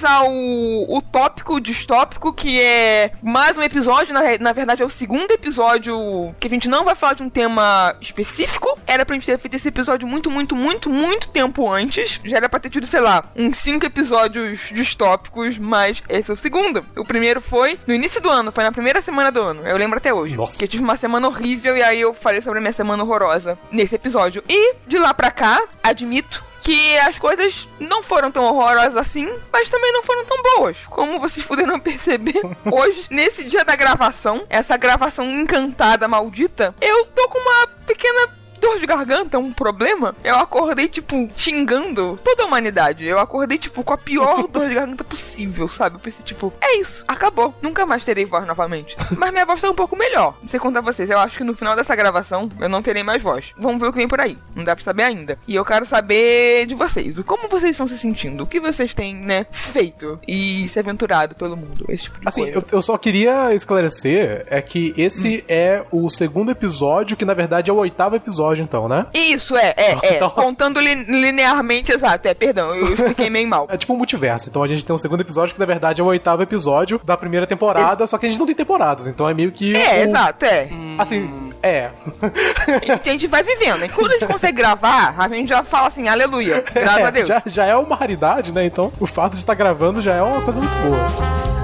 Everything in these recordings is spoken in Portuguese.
começar o tópico distópico, que é mais um episódio, na verdade é o segundo episódio que a gente não vai falar de um tema específico. Era pra gente ter feito esse episódio muito tempo antes. Já era pra ter tido, sei lá, uns 5 episódios distópicos, mas esse é o segundo. O primeiro foi no início do ano, foi na primeira semana do ano. Eu lembro até hoje. Nossa. Que eu tive uma semana horrível e aí eu falei sobre a minha semana horrorosa nesse episódio. E de lá pra cá, admito que as coisas não foram tão horrorosas assim, mas também não foram tão boas. Como vocês puderam perceber, hoje, nesse dia da gravação, essa gravação encantada, maldita, eu tô com uma pequena dor de garganta, um problema. Eu acordei, tipo, xingando toda a humanidade. Eu acordei, tipo, com a pior dor de garganta possível, sabe? Eu pensei, tipo, é isso, acabou. Nunca mais terei voz novamente. Mas minha voz tá um pouco melhor. Não sei contar a vocês, eu acho que no final dessa gravação eu não terei mais voz. Vamos ver o que vem por aí. Não dá pra saber ainda. E eu quero saber de vocês. Como vocês estão se sentindo? O que vocês têm, né, feito e se aventurado pelo mundo? Esse tipo de coisa. Eu só queria esclarecer que esse é o segundo episódio, que na verdade é o 8º episódio, então, né? Isso, então... Contando linearmente, exato. Perdão, eu expliquei meio mal. É tipo um multiverso. Então a gente tem um segundo episódio que, na verdade, é o 8º episódio da primeira temporada, só que a gente não tem temporadas, então é meio que... Exato. Assim, A gente vai vivendo. E quando a gente consegue gravar, a gente já fala assim, aleluia, graças a Deus. Já é uma raridade, né? Então o fato de estar gravando já é uma coisa muito boa.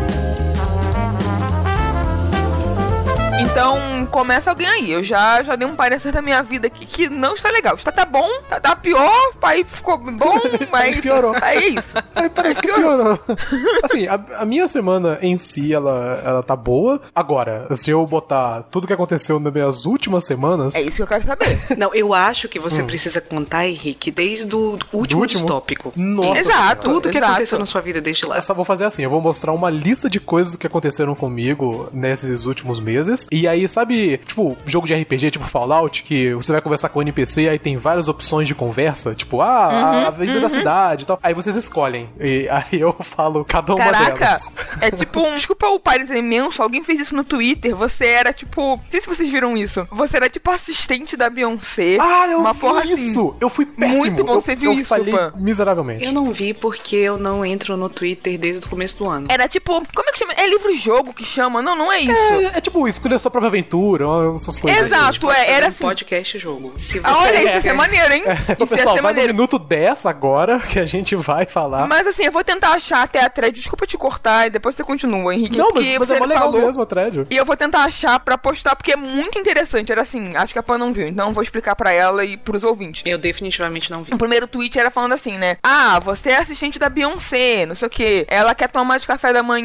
Então, começa alguém aí. Eu já dei um parecer da minha vida aqui que não está legal. Tá bom, tá pior, aí ficou bom, mas... piorou. Aí é isso. Aí parece que piorou. Assim, a minha semana em si, ela tá boa. Agora, se eu botar tudo que aconteceu nas minhas últimas semanas... É isso que eu quero saber. Não, eu acho que você precisa contar, Henrique, desde o último tópico. Nossa. Exato. Tudo que aconteceu na sua vida desde lá. Eu só vou fazer assim, eu vou mostrar uma lista de coisas que aconteceram comigo nesses últimos meses. E aí, sabe, tipo, jogo de RPG, tipo Fallout, que você vai conversar com o NPC e aí tem várias opções de conversa, tipo, a vida da cidade e tal. Aí vocês escolhem. E aí eu falo cada uma delas. Caraca, é tipo um... Desculpa o parênteses imenso, alguém fez isso no Twitter. Você era tipo... Não sei se vocês viram isso. Você era tipo assistente da Beyoncé. Ah, eu uma vi porra isso! Assim. Eu fui péssimo. Muito bom, você viu eu isso, falhei Pan? miseravelmente. Eu não vi porque eu não entro no Twitter desde o começo do ano. Era tipo... Como é que chama? É livro-jogo que chama? Não é isso. É tipo, escolher a sua própria aventura, essas coisas. Exato, era assim. Podcast jogo. Se você olha, isso ia ser maneiro, hein? Então, Isso pessoal, ia ser vai maneiro. no minuto 10 agora, que a gente vai falar. Mas assim, eu vou tentar achar até a thread. Desculpa te cortar e depois você continua, Henrique. Não, porque mas é mó legal mesmo a thread. E eu vou tentar achar pra postar, porque é muito interessante. Era assim, acho que a Pan não viu, então eu vou explicar pra ela e pros ouvintes. Eu definitivamente não vi. O primeiro tweet era falando assim, né? Ah, você é assistente da Beyoncé, não sei o que. Ela quer tomar de café da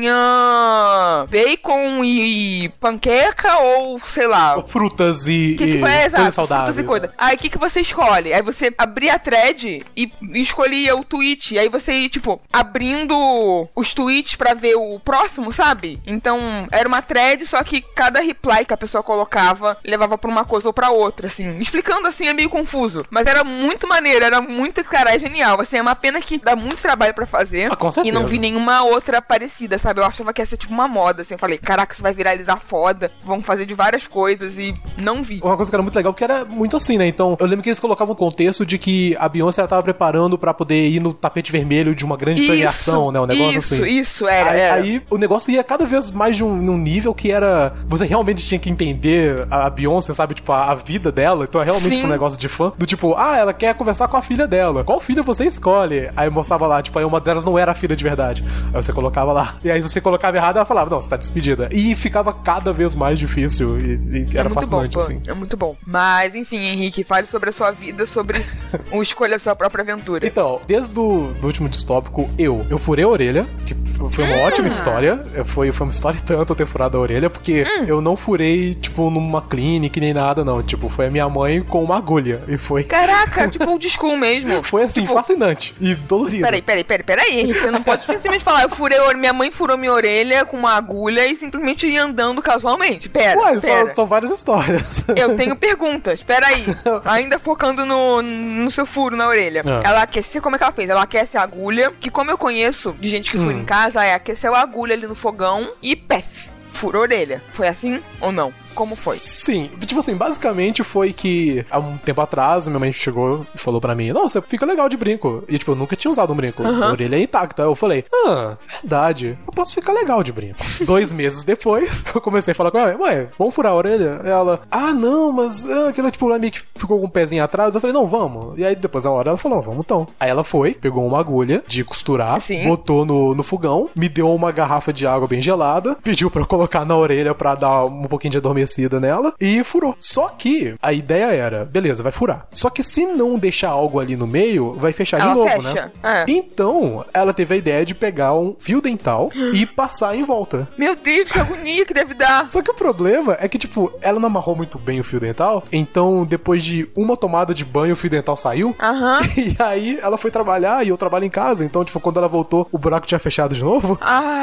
manhã bacon e panqueca ou, sei lá... Frutas e exato, saudáveis. Frutas e coisa. Aí o que você escolhe? Aí você abria a thread e escolhia o tweet. Aí você ia, tipo, abrindo os tweets pra ver o próximo, sabe? Então, era uma thread, só que cada reply que a pessoa colocava levava pra uma coisa ou pra outra, assim. Explicando assim é meio confuso. Mas era muito maneiro, era muito, cara, é genial. Assim, é uma pena que dá muito trabalho pra fazer. Com certeza. E não vi nenhuma outra parecida, sabe? Eu achava que ia ser tipo uma moda, assim. Eu falei, caraca, isso vai viralizar foda. Vão fazer de várias coisas e não vi. Uma coisa que era muito legal, que era muito assim, né? Então, eu lembro que eles colocavam o contexto de que a Beyoncé ela tava preparando pra poder ir no tapete vermelho de uma grande premiação, né? Um negócio assim. Isso, era. Aí o negócio ia cada vez mais de num nível que era... Você realmente tinha que entender a Beyoncé, sabe? Tipo, a vida dela. Então é realmente um negócio de fã. Do tipo, ela quer conversar com a filha dela. Qual filha você escolhe? Aí mostrava lá, tipo, aí uma delas não era a filha de verdade. Aí você colocava lá. E aí se você colocava errado, ela falava, não, você tá despedida. E ficava cada vez mais difícil. E era fascinante, bom, assim. É muito bom. Mas, enfim, Henrique, fale sobre a sua vida, sobre o escolha a sua própria aventura. Então, desde o último distópico, eu furei a orelha, que foi uma ótima história. Foi uma história e tanto eu ter furado a orelha, porque eu não furei, tipo, numa clínica nem nada, não. Tipo, foi a minha mãe com uma agulha. E foi... Caraca, tipo old school mesmo. Foi assim, tipo... fascinante e dolorido. Peraí, Henrique, você não pode simplesmente falar, minha mãe furou minha orelha com uma agulha e simplesmente ia andando casualmente. Pera. São várias histórias. Eu tenho perguntas, peraí. Ainda focando no seu furo na orelha. Ela aqueceu, como é que ela fez? Ela aquece a agulha, que como eu conheço de gente que fura em casa, aqueceu a agulha ali no fogão e pef. furou a orelha. Foi assim ou não? Como foi? Sim. Tipo assim, basicamente foi que há um tempo atrás, minha mãe chegou e falou pra mim, nossa, fica legal de brinco. E tipo, eu nunca tinha usado um brinco. A orelha é intacta. Eu falei, verdade, eu posso ficar legal de brinco. 2 meses depois, eu comecei a falar com ela, mãe, vamos furar a orelha? Ela, não, mas aquela tipo, meio que ficou com o pezinho atrás. Eu falei, não, vamos. E aí depois na hora ela falou, vamos então. Aí ela foi, pegou uma agulha de costurar, botou no fogão, me deu uma garrafa de água bem gelada, pediu pra eu colocar na orelha pra dar um pouquinho de adormecida nela e furou. Só que a ideia era, beleza, vai furar. Só que se não deixar algo ali no meio, vai fechar ela de novo, fecha. né? Então, ela teve a ideia de pegar um fio dental e passar em volta. Meu Deus, que agonia que deve dar. Só que o problema é que, tipo, ela não amarrou muito bem o fio dental, então depois de uma tomada de banho, o fio dental saiu. E aí ela foi trabalhar e eu trabalho em casa, então, tipo, quando ela voltou, o buraco tinha fechado de novo.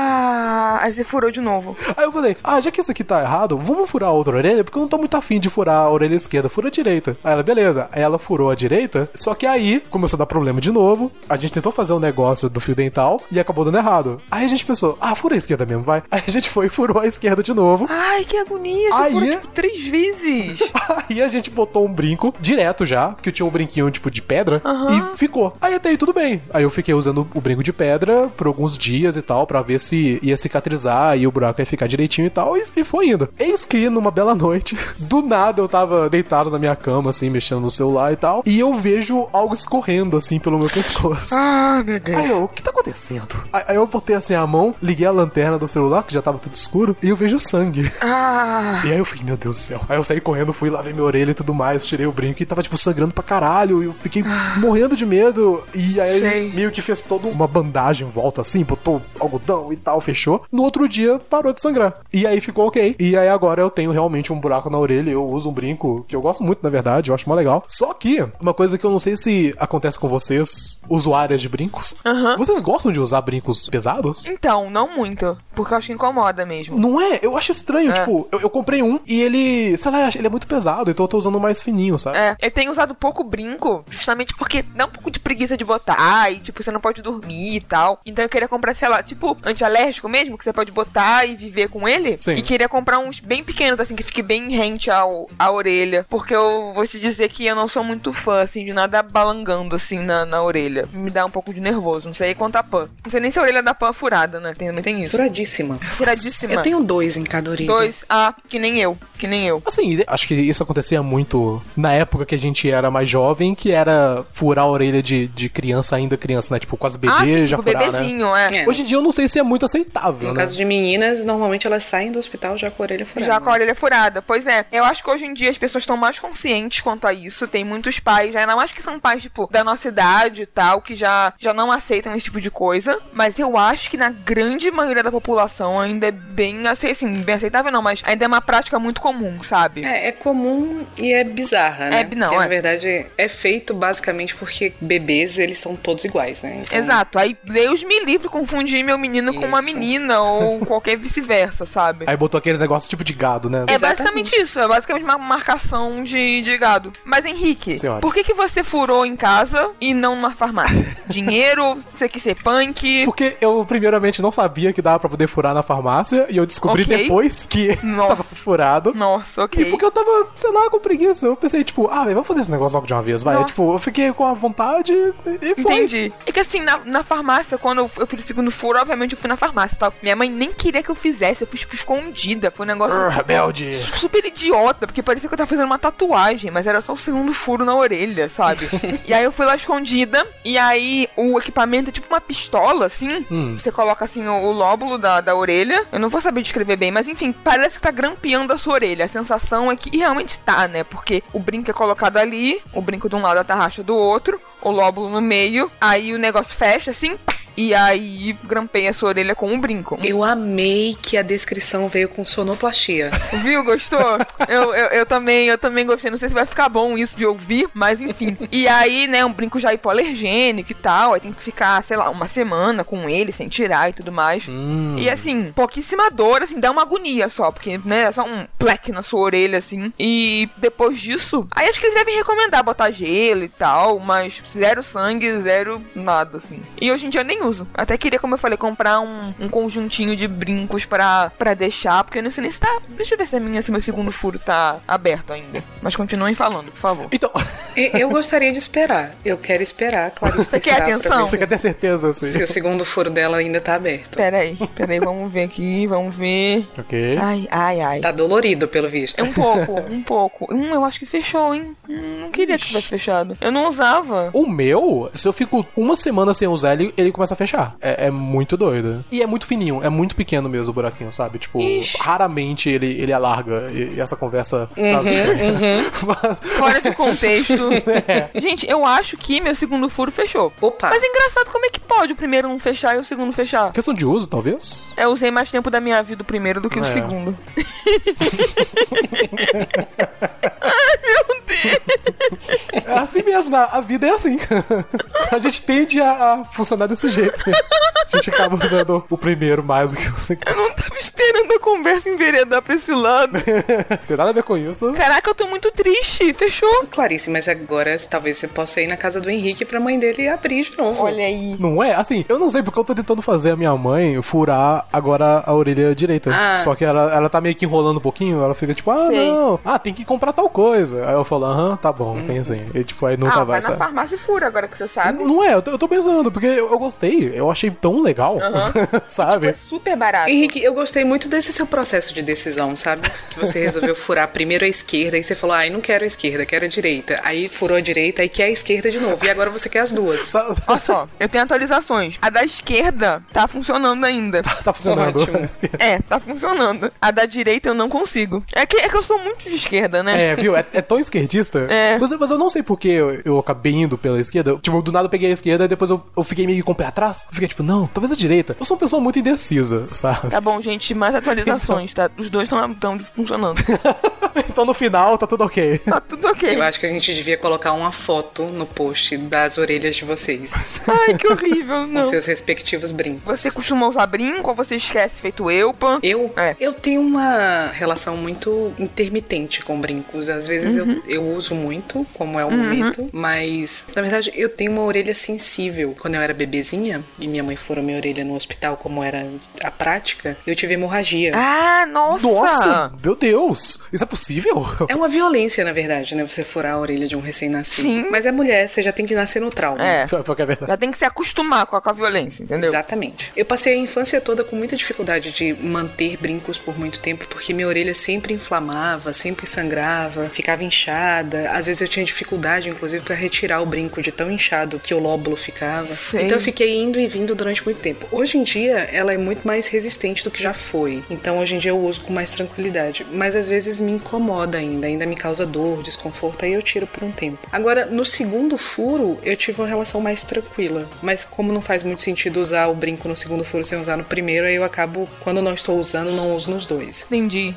Aí você furou de novo. Aí eu falei, já que isso aqui tá errado, vamos furar a outra orelha, porque eu não tô muito afim de furar a orelha esquerda, fura a direita. Aí ela, beleza. Aí ela furou a direita, só que aí começou a dar problema de novo, a gente tentou fazer um negócio do fio dental e acabou dando errado. Aí a gente pensou, fura a esquerda mesmo, vai. Aí a gente foi e furou a esquerda de novo. Ai, que agonia, você furou tipo 3 vezes. Aí a gente botou um brinco direto já, porque eu tinha um brinquinho tipo de pedra, e ficou. Aí até aí tudo bem. Aí eu fiquei usando o brinco de pedra por alguns dias e tal, pra ver se ia cicatrizar e o buraco ia ficar direitinho e tal, e foi indo. Eis que numa bela noite, do nada eu tava deitado na minha cama, assim, mexendo no celular e tal, e eu vejo algo escorrendo, assim, pelo meu pescoço. Meu Deus. Aí eu, o que tá acontecendo? Aí eu botei assim a mão, liguei a lanterna do celular, que já tava tudo escuro, e eu vejo sangue. E aí eu fiquei, meu Deus do céu. Aí eu saí correndo, fui, lavei minha orelha e tudo mais, tirei o brinco e tava, tipo, sangrando pra caralho, e eu fiquei morrendo de medo, e aí ele meio que fez toda uma bandagem em volta, assim, botou algodão e tal, fechou. No outro dia, parou de sangrar. E aí ficou ok. E aí agora eu tenho realmente um buraco na orelha, eu uso um brinco, que eu gosto muito, na verdade, eu acho mó legal. Só que, uma coisa que eu não sei se acontece com vocês, usuárias de brincos, vocês gostam de usar brincos pesados? Então, não muito, porque eu acho que incomoda mesmo. Não é? Eu acho estranho, tipo, eu comprei um e ele, sei lá, ele é muito pesado, então eu tô usando um mais fininho, sabe? Eu tenho usado pouco brinco, justamente porque dá um pouco de preguiça de botar e, tipo, você não pode dormir e tal. Então eu queria comprar, sei lá, tipo, antialérgico mesmo, que você pode botar e viver com ele. Sim. E queria comprar uns bem pequenos, assim, que fique bem rente à orelha. Porque eu vou te dizer que eu não sou muito fã, assim, de nada balangando, assim, na orelha. Me dá um pouco de nervoso. Não sei quanto a Pan. Não sei nem se a orelha da Pan é furada, né? Também tem isso. Furadíssima. Furadíssima. Eu tenho 2 em cada orelha. 2, que nem eu. Assim, acho que isso acontecia muito na época que a gente era mais jovem, que era furar a orelha de criança, ainda criança, né? Tipo, quase bebê sim, já tipo, furar, bebezinho, né? Hoje em dia eu não sei se é muito aceitável, No né? caso de meninas, normalmente elas saem do hospital já com a orelha furada. Já com a orelha furada. Pois é, eu acho que hoje em dia as pessoas estão mais conscientes quanto a isso. Tem muitos pais, ainda mais que são pais, tipo, da nossa idade e tal, que já não aceitam esse tipo de coisa. Mas eu acho que na grande maioria da população ainda é bem, assim, bem aceitável não, mas ainda é uma prática muito comum, sabe? É comum e é bizarra, né? Porque, na verdade, é feito basicamente porque bebês, eles são todos iguais, né? Então... Exato. Aí Deus me livre confundir meu menino com uma menina ou qualquer vice-versa, sabe? Aí botou aqueles negócios tipo de gado, né? É basicamente isso. É basicamente uma marcação de gado. Mas, Henrique, por que você furou em casa e não numa farmácia? Dinheiro? Você quis ser punk? Porque eu, primeiramente, não sabia que dava pra poder furar na farmácia e eu descobri depois que tava furado. Nossa, ok. E porque eu tava, sei lá, com preguiça. Eu pensei, tipo, vamos fazer esse negócio logo de uma vez, vai. Tipo, eu fiquei com a vontade e foi. Entendi. É que assim, na farmácia, quando eu fiz o segundo furo, obviamente eu fui na farmácia e tal. Minha mãe nem queria que eu fizesse, eu fiz tipo escondida. Foi um negócio rebelde. Super idiota, porque parecia que eu tava fazendo uma tatuagem, mas era só o segundo furo na orelha, sabe? E aí eu fui lá escondida, e aí o equipamento é tipo uma pistola, assim. Você coloca assim o lóbulo da orelha. Eu não vou saber descrever bem, mas enfim, parece que tá grampeando a sua orelha. A sensação é que, e realmente tá, né? Porque o brinco é colocado ali, o brinco de um lado, a tarraxa do outro, o lóbulo no meio, aí o negócio fecha assim, e aí grampeia a sua orelha com um brinco. Eu amei que a descrição veio com sonoplastia. Viu? Gostou? eu também gostei. Não sei se vai ficar bom isso de ouvir, mas enfim. E aí, né, um brinco já hipoalergênico e tal, aí tem que ficar, sei lá, uma semana com ele, sem tirar e tudo mais. E assim, pouquíssima dor, assim, dá uma agonia só, porque, né, é só um pleque na sua orelha, assim. E depois disso, aí acho que eles devem recomendar botar gelo e tal, mas zero sangue, zero nada, assim. E hoje em dia eu nem uso. Até queria, como eu falei, comprar um conjuntinho de brincos pra deixar, porque eu não sei nem se tá... Deixa eu ver se meu segundo furo tá aberto ainda. Mas continuem falando, por favor. Então... Eu gostaria de esperar. Eu quero esperar, Clarice. Você quer atenção? Você quer ter certeza, assim. Se o segundo furo dela ainda tá aberto. Peraí, vamos ver aqui, vamos ver. Ok. Ai. Tá dolorido, pelo visto. É um pouco. Eu acho que fechou, hein? Não queria que tivesse fechado. Eu não usava. O meu, se eu fico uma semana sem usar, ele começa a fechar. É muito doido. E é muito fininho, é muito pequeno mesmo o buraquinho, sabe? Tipo, raramente ele alarga. E essa conversa... Mas... Fora de contexto. Gente, eu acho que meu segundo furo fechou. Opa! Mas é engraçado, como é que pode o primeiro não fechar e o segundo fechar? Questão de uso, talvez? Eu usei mais tempo da minha vida o primeiro do que o segundo. Ai, meu Deus! É assim mesmo, a vida é assim. A gente tende a funcionar desse jeito. A gente acaba usando o primeiro mais do que o segundo. Eu não tava esperando a conversa enveredar pra esse lado. Tem nada a ver com isso. Caraca, eu tô muito triste. Fechou. Clarice, mas agora talvez você possa ir na casa do Henrique pra mãe dele abrir de novo. Olha aí. Não é? Assim, eu não sei porque eu tô tentando fazer a minha mãe furar agora a orelha direita. Só que ela tá meio que enrolando um pouquinho. Ela fica tipo, Sei. não. Tem que comprar tal coisa. Aí eu falo, tá bom, tem sim. E tipo, aí nunca vai, vai na farmácia e fura agora que você sabe. Não é, eu tô pensando, porque eu gostei. Eu achei tão legal. Sabe? Tipo, é super barato. Henrique, eu gostei muito desse seu processo de decisão, sabe? Que você resolveu furar primeiro a esquerda e você falou, não quero a esquerda, quero a direita. Aí furou a direita e quer a esquerda de novo. E agora você quer as duas. Olha só, eu tenho atualizações. A da esquerda tá funcionando ainda. Tá funcionando. Ótimo. Tá funcionando. A da direita eu não consigo. É que eu sou muito de esquerda, né? Viu? É tão esquerdista. Mas eu não sei porque eu acabei indo pela esquerda. Tipo, do nada eu peguei a esquerda e depois eu fiquei meio com o pé atrás. Eu fiquei tipo, não, talvez a direita. Eu sou uma pessoa muito indecisa, sabe? Tá bom, gente, mais atualizações, tá? Os dois estão funcionando. Então no final tá tudo ok. Tá tudo ok. Eu acho que a gente devia colocar uma foto no post das orelhas de vocês. Ai, que horrível, não. Com seus respectivos brincos. Você costuma usar brinco ou você esquece feito eu, Pan? Eu? Eu tenho uma relação muito intermitente com brincos. Às vezes eu uso muito, como é o momento, mas na verdade eu tenho uma orelha sensível. Quando eu era bebezinha e minha mãe furou minha orelha no hospital, como era a prática, eu tive hemorragia. Ah, nossa! Nossa, meu Deus! Isso é possível? É uma violência, na verdade, né? Você furar a orelha de um recém-nascido. Sim. Mas é mulher, você já tem que nascer no trauma. Porque é verdade. Já tem que se acostumar com a violência, entendeu? Exatamente. Eu passei a infância toda com muita dificuldade de manter brincos por muito tempo, porque minha orelha sempre inflamava, sempre sangrava, ficava inchada. Às vezes eu tinha dificuldade, inclusive, pra retirar o brinco de tão inchado que o lóbulo ficava. Sei. Então eu fiquei indo e vindo durante muito tempo. Hoje em dia, ela é muito mais resistente do que já foi. Então hoje em dia eu uso com mais tranquilidade. Mas às vezes me incomoda ainda me causa dor, desconforto, aí eu tiro por um tempo. Agora, no segundo furo, eu tive uma relação mais tranquila. Mas como não faz muito sentido usar o brinco no segundo furo sem usar no primeiro, aí eu acabo, quando não estou usando, não uso nos dois. Entendi.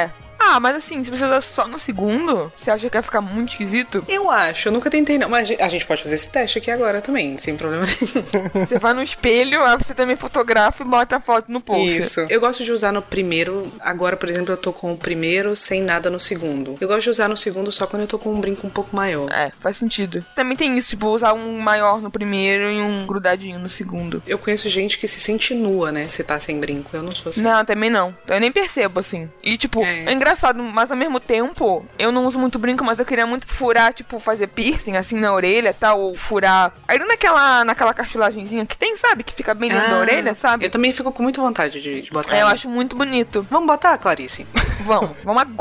Mas assim, se você usar só no segundo, você acha que vai ficar muito esquisito? Eu acho, eu nunca tentei não, mas a gente pode fazer esse teste aqui agora também, sem problema nenhum. Você vai no espelho, aí você também fotografa e bota a foto no post. Isso. Eu gosto de usar no primeiro, agora, por exemplo, eu tô com o primeiro sem nada no segundo. Eu gosto de usar no segundo só quando eu tô com um brinco um pouco maior. Faz sentido. Também tem isso, tipo, usar um maior no primeiro e um grudadinho no segundo. Eu conheço gente que se sente nua, né, se tá sem brinco. Eu não sou assim. Não, também não. Eu nem percebo, assim. E, tipo, é engraçado, mas ao mesmo tempo, eu não uso muito brinco, mas eu queria muito furar, tipo, fazer piercing, assim, na orelha, tal, ou furar... Aí naquela cartilagenzinha que tem, sabe? Que fica bem dentro da orelha, sabe? Eu também fico com muita vontade de botar. Eu acho muito bonito. Vamos botar, Clarice? Vamos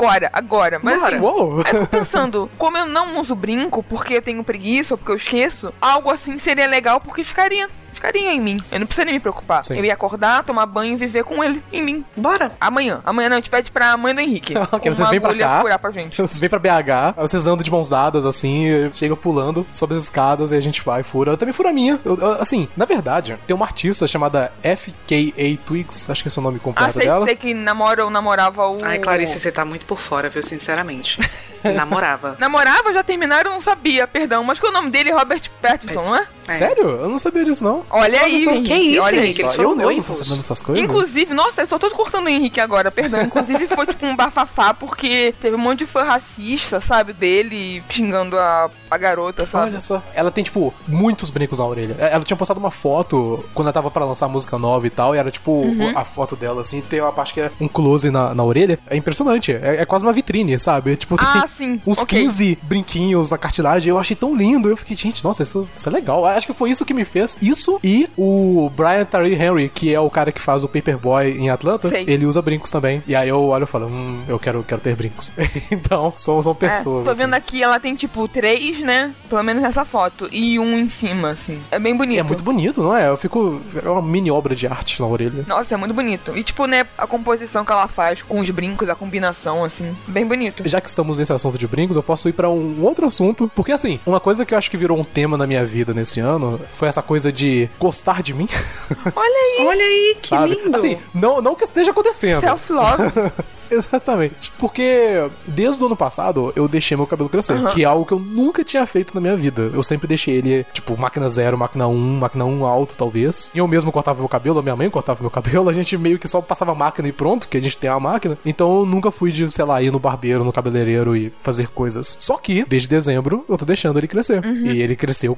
agora. Mas Bora. assim, Uou. eu fico pensando, como eu não uso brinco, porque eu tenho preguiça ou porque eu esqueço, algo assim seria legal porque ficaria em mim. Eu não precisaria me preocupar. Sim. Eu ia acordar, tomar banho e viver com ele em mim. Bora. Amanhã não, a gente pede pra mãe do Henrique. Ok, com vocês vêm pra agulha cá. furar pra gente. Vocês vêm pra BH, aí vocês andam de mãos dadas, assim, chegam pulando sobre as escadas e a gente vai, fura. Eu também furo a minha. Assim, na verdade, tem uma artista chamada FKA Twigs, acho que esse é o nome completo dela. Sei que namora ou namorava o... Ai, Clarice, você tá muito por fora, viu, sinceramente. Namorava. Namorava, já terminaram, não sabia, perdão. Mas que o nome dele é Robert Pattinson, não é? Sério? Eu não sabia disso, não. Olha aí, só, Henrique. que isso, olha Henrique? aí. Eles foram Eu não tô noivos. sabendo essas coisas. Inclusive, nossa, eu só tô cortando o Henrique agora, perdão. Inclusive foi tipo um bafafá, porque teve um monte de fã racista, sabe, dele xingando a garota, sabe? Olha só. Ela tem, tipo, muitos brincos na orelha. Ela tinha postado uma foto quando ela tava pra lançar música nova e tal, e era, tipo, a foto dela, assim, tem uma parte que era um close na orelha. É impressionante. É quase uma vitrine, sabe? Tipo, tem Sim. uns Ok. 15 brinquinhos na cartilagem. Eu achei tão lindo. Eu fiquei, gente, nossa, isso é legal. Acho que foi isso que me fez. Isso e o Brian Tyree Henry, que é o cara que faz o Paperboy em Atlanta, Sei. ele usa brincos também. E aí eu olho e falo, eu quero ter brincos. Então, são pessoas. Tô assim. vendo aqui, ela tem tipo 3, né? Pelo menos nessa foto. E um em cima, assim. É bem bonito. E é muito bonito, não é? É uma mini obra de arte na orelha. Nossa, é muito bonito. E tipo, né, a composição que ela faz com os brincos, a combinação, assim, bem bonito. Já que estamos nesse assunto de brincos, eu posso ir pra um outro assunto. Porque assim, uma coisa que eu acho que virou um tema na minha vida nesse ano foi essa coisa de gostar de mim. Olha aí, que Sabe? lindo. Assim, não que esteja acontecendo. Self-love. Exatamente. Porque desde o ano passado eu deixei meu cabelo crescer, que é algo que eu nunca tinha feito na minha vida. Eu sempre deixei ele, tipo, máquina 0, máquina 1, máquina 1 alto, talvez. E eu mesmo cortava meu cabelo, a minha mãe cortava meu cabelo, a gente meio que só passava a máquina e pronto, que a gente tem a máquina. Então eu nunca fui de, sei lá, ir no barbeiro, no cabeleireiro e fazer coisas. Só que, desde dezembro, eu tô deixando ele crescer. E ele cresceu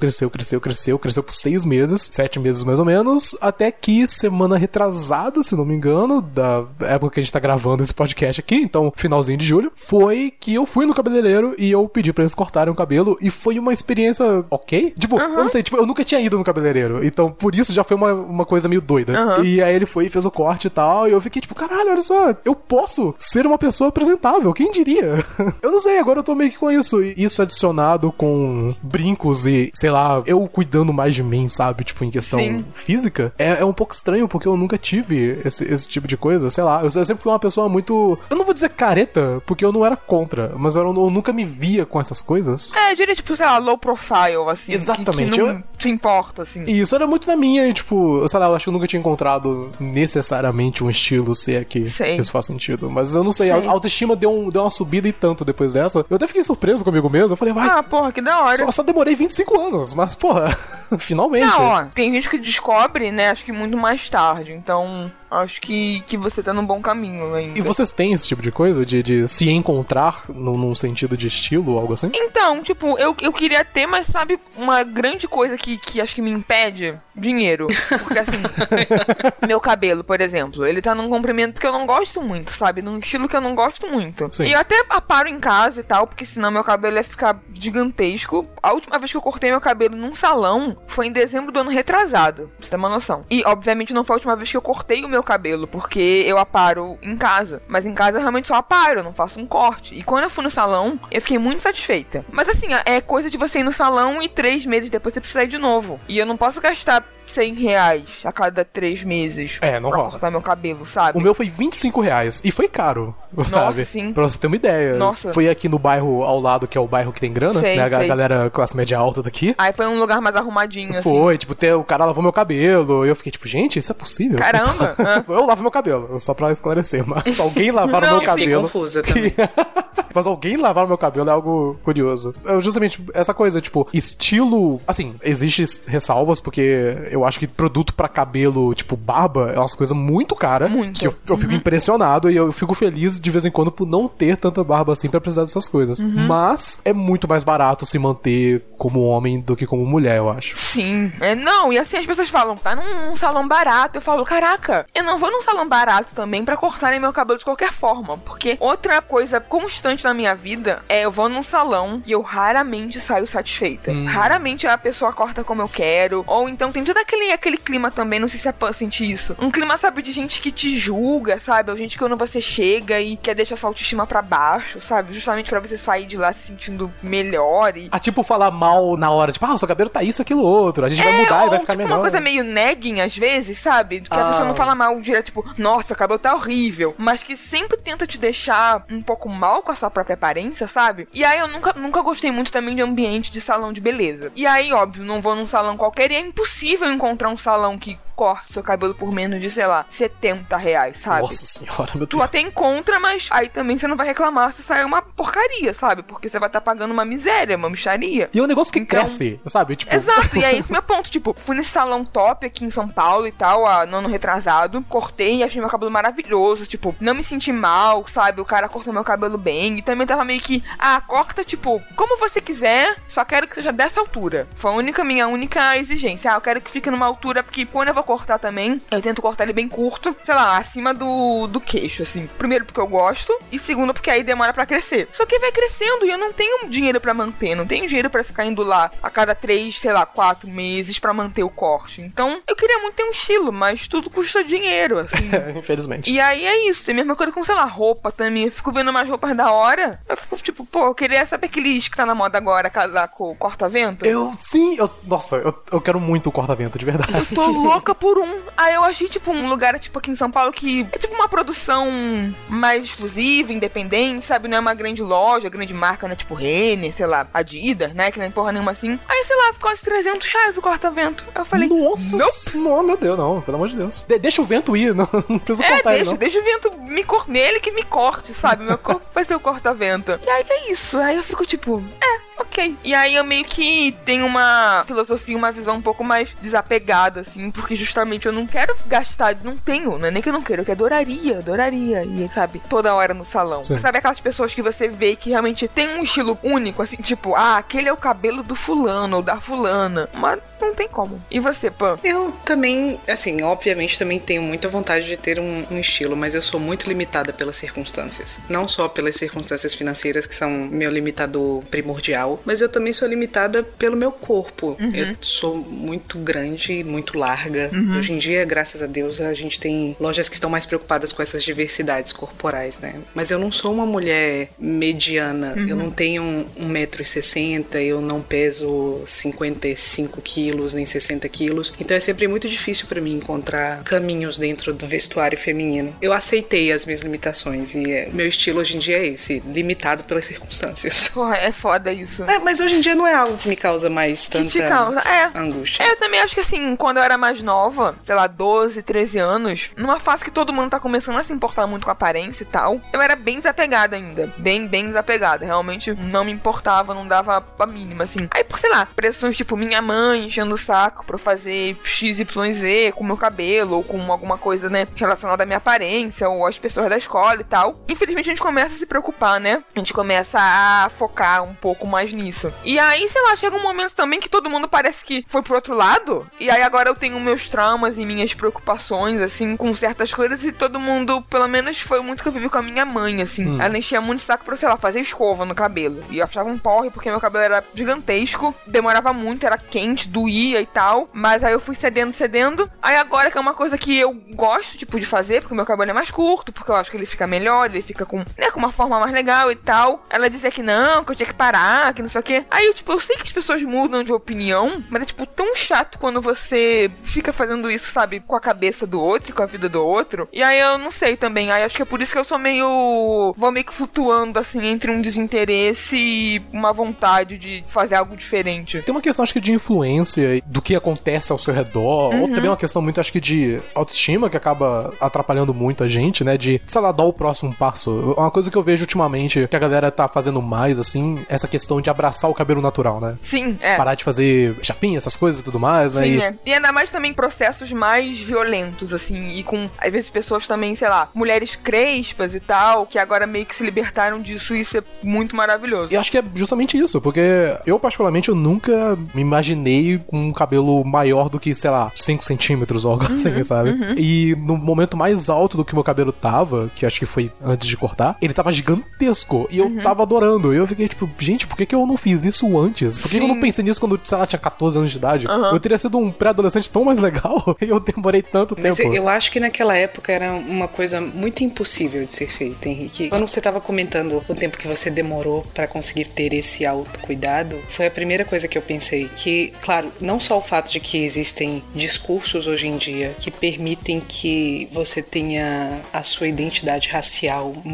por 6 meses, 7 meses mais ou menos, até que semana retrasada, se não me engano, da época que a gente tá gravando esse podcast aqui, então finalzinho de julho, foi que eu fui no cabeleireiro e eu pedi pra eles cortarem o cabelo e foi uma experiência ok. Tipo, eu não sei, tipo, eu nunca tinha ido no cabeleireiro, então por isso já foi uma coisa meio doida. E aí ele foi e fez o corte e tal, e eu fiquei tipo, caralho, olha só, eu posso ser uma pessoa apresentável, quem diria? Eu não sei, agora eu tô meio que com isso. E isso adicionado com brincos e, sei lá, eu cuidando mais de mim, sabe? Tipo, em questão física, é um pouco estranho, porque eu nunca tive esse tipo de coisa, sei lá. Eu sempre fui uma pessoa muito... Eu não vou dizer careta, porque eu não era contra, mas eu nunca me via com essas coisas. Eu diria, tipo, sei lá, low profile, assim. Exatamente. Que não se importa, assim. E isso era muito na minha, e, tipo, sei lá, eu acho que eu nunca tinha encontrado necessariamente um estilo, se é que isso faz sentido. Mas eu não sei, a autoestima deu uma subida e tanto depois dessa. Eu até fiquei surpreso comigo mesmo, eu falei, vai... porra, que da hora. Só demorei 25 anos, mas, porra, finalmente. Não, tem gente que descobre, né, acho que muito mais tarde, então... Acho que você tá num bom caminho ainda. E vocês têm esse tipo de coisa? De se encontrar num sentido de estilo ou algo assim? Então, tipo, eu queria ter, mas sabe, uma grande coisa que acho que me impede? Dinheiro. Porque assim, meu cabelo, por exemplo, ele tá num comprimento que eu não gosto muito, sabe? Num estilo que eu não gosto muito. Sim. E eu até aparo em casa e tal, porque senão meu cabelo ia ficar gigantesco. A última vez que eu cortei meu cabelo num salão foi em dezembro do ano retrasado, pra você ter uma noção. E, obviamente, não foi a última vez que eu cortei o meu cabelo, porque eu aparo em casa. Mas em casa eu realmente só aparo, eu não faço um corte. E quando eu fui no salão, eu fiquei muito satisfeita. Mas assim, é coisa de você ir no salão e 3 meses depois você precisa ir de novo. E eu não posso gastar R$100 a cada 3 meses não pra rola. cortar meu cabelo, sabe? O meu foi R$25 e foi caro, sabe? Nossa, sim. Pra você ter uma ideia. Nossa. Foi aqui no bairro ao lado, que é o bairro que tem grana, Sei, né? A sei. galera classe média alta daqui. Aí foi um lugar mais arrumadinho, assim. Foi, tipo, o cara lavou meu cabelo. E eu fiquei tipo, gente, isso é possível? Caramba! Eu lavo meu cabelo, só pra esclarecer. Mas alguém lavar o Não, meu Eu fiquei cabelo. confusa também. Mas alguém lavar o meu cabelo é algo curioso. Justamente essa coisa, tipo, estilo... Assim, existe ressalvas, porque eu acho que produto pra cabelo, tipo, barba, é uma coisa muito cara. Muito. Que eu fico impressionado e eu fico feliz de vez em quando por não ter tanta barba assim pra precisar dessas coisas. Mas é muito mais barato se manter como homem do que como mulher, eu acho. Sim. Não, e assim as pessoas falam, tá num salão barato. Eu falo, caraca, eu não vou num salão barato também pra cortarem meu cabelo de qualquer forma. Porque outra coisa constante na minha vida é eu vou num salão e eu raramente saio satisfeita. Raramente a pessoa corta como eu quero. Ou então tem todo aquele clima também, não sei se é pra sentir isso. Um clima, sabe, de gente que te julga, sabe? Ou gente que quando você chega e quer deixar sua autoestima pra baixo, sabe? Justamente pra você sair de lá se sentindo melhor e... Tipo, falar mal na hora, tipo, o seu cabelo tá isso, aquilo, outro. A gente vai mudar e vai ficar tipo, melhor. uma coisa meio nagging, às vezes, sabe? Que a pessoa não fala mal direto, tipo, nossa, o cabelo tá horrível. Mas que sempre tenta te deixar um pouco mal com essa própria aparência, sabe? E aí eu nunca gostei muito também de ambiente de salão de beleza. E aí, óbvio, não vou num salão qualquer e é impossível encontrar um salão que corte seu cabelo por menos de, sei lá, R$70, sabe? Nossa senhora, meu Deus. Tu até encontra, mas aí também você não vai reclamar se sair uma porcaria, sabe? Porque você vai estar pagando uma miséria, uma mixaria. E é um negócio que cresce, sabe? Tipo... Exato, e é esse meu ponto. Tipo, fui nesse salão top aqui em São Paulo e tal, no ano retrasado. Cortei e achei meu cabelo maravilhoso. Tipo, não me senti mal, sabe? O cara cortou meu cabelo bem. E também tava meio que, corta, tipo, como você quiser, só quero que seja dessa altura. Foi minha única exigência. Eu quero que fique numa altura, porque quando eu vou cortar também, eu tento cortar ele bem curto, sei lá, acima do queixo, assim. Primeiro porque eu gosto, e segundo porque aí demora pra crescer. Só que vai crescendo e eu não tenho dinheiro pra manter, não tenho dinheiro pra ficar indo lá a cada 3, sei lá, 4 meses pra manter o corte. Então, eu queria muito ter um estilo, mas tudo custa dinheiro, assim. Infelizmente. E aí é isso, é a mesma coisa com, sei lá, roupa também. Eu fico vendo umas roupas da hora, eu fico tipo, pô, eu queria saber aqueles que tá na moda agora, casaco corta-vento. Nossa, eu quero muito o corta-vento, de verdade. Eu tô louca por um. Aí eu achei, tipo, um lugar, tipo, aqui em São Paulo que é tipo uma produção mais exclusiva, independente, sabe? Não é uma grande loja, grande marca, né? Tipo Renner, sei lá, Adidas, né? Que nem porra nenhuma assim. Aí, sei lá, ficou quase R$300 o corta-vento. Aí eu falei, nossa, nope. Não, meu Deus, não, pelo amor de Deus. Deixa o vento ir, não precisa cortar ele, não. Deixa o vento me cortar, nele que me corte, sabe? Meu corpo vai ser o corta-vento. E aí é isso. Aí eu fico tipo, ok. E aí eu meio que tenho uma filosofia, uma visão um pouco mais desapegada, assim, porque justamente eu não quero gastar, não tenho, não é nem que eu não quero, eu que adoraria, e sabe, toda hora no salão. Sim. Sabe aquelas pessoas que você vê que realmente tem um estilo único, assim, tipo, aquele é o cabelo do fulano ou da fulana, mas não tem como. E você, Pan? Eu também, assim, obviamente também tenho muita vontade de ter um estilo, mas eu sou muito limitada pelas circunstâncias. Não só pelas circunstâncias financeiras, que são meu limitador primordial, mas eu também sou limitada pelo meu corpo. Eu sou muito grande, muito larga. Hoje em dia, graças a Deus, a gente tem lojas que estão mais preocupadas com essas diversidades corporais, né? Mas eu não sou uma mulher mediana. Eu não tenho 1,60 m, eu não peso 55 quilos, nem 60 quilos. Então é sempre muito difícil pra mim encontrar caminhos dentro do vestuário feminino. Eu aceitei as minhas limitações e meu estilo hoje em dia é esse, limitado pelas circunstâncias. Porra, é foda isso. Mas hoje em dia não é algo que me causa mais tanta angústia. Eu também acho que assim, quando eu era mais nova, sei lá, 12, 13 anos, numa fase que todo mundo tá começando a se importar muito com a aparência e tal, eu era bem desapegada ainda. Bem desapegada. Realmente não me importava, não dava a mínima, assim. Aí, por, sei lá, pressões tipo minha mãe enchendo o saco pra eu fazer XYZ com o meu cabelo, ou com alguma coisa, né, relacionada à minha aparência, ou às pessoas da escola e tal. Infelizmente a gente começa a se preocupar, né? A gente começa a focar um pouco mais nisso. E aí, sei lá, chega um momento também que todo mundo parece que foi pro outro lado, e aí agora eu tenho meus traumas e minhas preocupações, assim, com certas coisas, e todo mundo, pelo menos foi muito que eu vivi com a minha mãe, assim. Ela enchia muito saco pra eu, sei lá, fazer escova no cabelo. E eu achava um porre, porque meu cabelo era gigantesco, demorava muito, era quente, doía e tal, mas aí eu fui cedendo. Aí agora que é uma coisa que eu gosto, tipo, de fazer, porque meu cabelo é mais curto, porque eu acho que ele fica melhor, ele fica com, né, com uma forma mais legal e tal. Ela dizia que não, que eu tinha que parar, que não sei o quê. Aí eu sei que as pessoas mudam de opinião, mas é, tipo, tão chato quando você fica fazendo isso, sabe, com a cabeça do outro e com a vida do outro. E aí eu não sei também, aí acho que é por isso que eu sou vou meio que flutuando, assim, entre um desinteresse e uma vontade de fazer algo diferente. Tem uma questão, acho que, de influência do que acontece ao seu redor, ou também uma questão muito, acho que, de autoestima, que acaba atrapalhando muito a gente, né, de, sei lá, dar o próximo passo. Uma coisa que eu vejo ultimamente, que a galera tá fazendo mais, assim, essa questão de abraçar o cabelo natural, né? Sim, é. Parar de fazer chapinha, essas coisas e tudo mais, né? Sim, E ainda mais também processos mais violentos, assim, e com, às vezes, pessoas também, sei lá, mulheres crespas e tal, que agora meio que se libertaram disso, e isso é muito maravilhoso. E acho que é justamente isso, porque eu, particularmente, eu nunca me imaginei com um cabelo maior do que, sei lá, 5 centímetros ou algo assim, sabe? E no momento mais alto do que o meu cabelo tava, que acho que foi antes de cortar, ele tava gigantesco, e eu tava adorando. E eu fiquei tipo, gente, por que eu não fiz isso antes? Por que eu não pensei nisso quando, sei lá, tinha 14 anos de idade? Eu teria sido um pré-adolescente tão mais legal, e eu demorei tanto tempo. Mas eu acho que naquela época era uma coisa muito impossível de ser feita, Henrique. Quando você tava comentando o tempo que você demorou pra conseguir ter esse autocuidado, foi a primeira coisa que eu pensei, que, claro, não só o fato de que existem discursos hoje em dia que permitem que você tenha a sua identidade racial mais marcada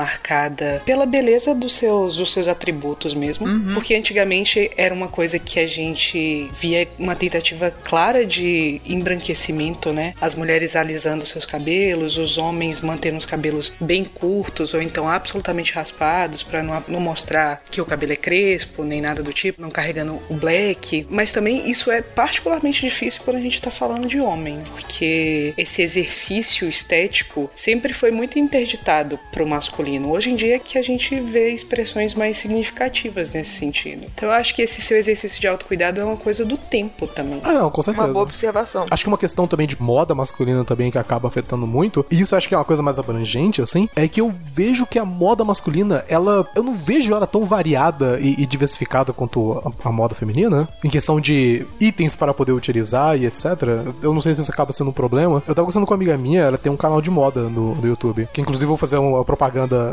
marcada pela beleza dos seus atributos mesmo. Porque antigamente era uma coisa que a gente via uma tentativa clara de embranquecimento, né? As mulheres alisando seus cabelos, os homens mantendo os cabelos bem curtos ou então absolutamente raspados pra não mostrar que o cabelo é crespo, nem nada do tipo, não carregando o black. Mas também isso é particularmente difícil quando a gente tá falando de homem, porque esse exercício estético sempre foi muito interditado pro masculino. Hoje em dia é que a gente vê expressões mais significativas nesse sentido. Então eu acho que esse seu exercício de autocuidado é uma coisa do tempo também. Ah, não, com certeza. Uma boa observação. Acho que uma questão também de moda masculina também que acaba afetando muito, e isso acho que é uma coisa mais abrangente, assim, é que eu vejo que a moda masculina, eu não vejo ela tão variada e diversificada quanto a moda feminina, em questão de itens para poder utilizar e etc. Eu não sei se isso acaba sendo um problema. Eu tava conversando com uma amiga minha, ela tem um canal de moda no YouTube, que inclusive eu vou fazer uma propaganda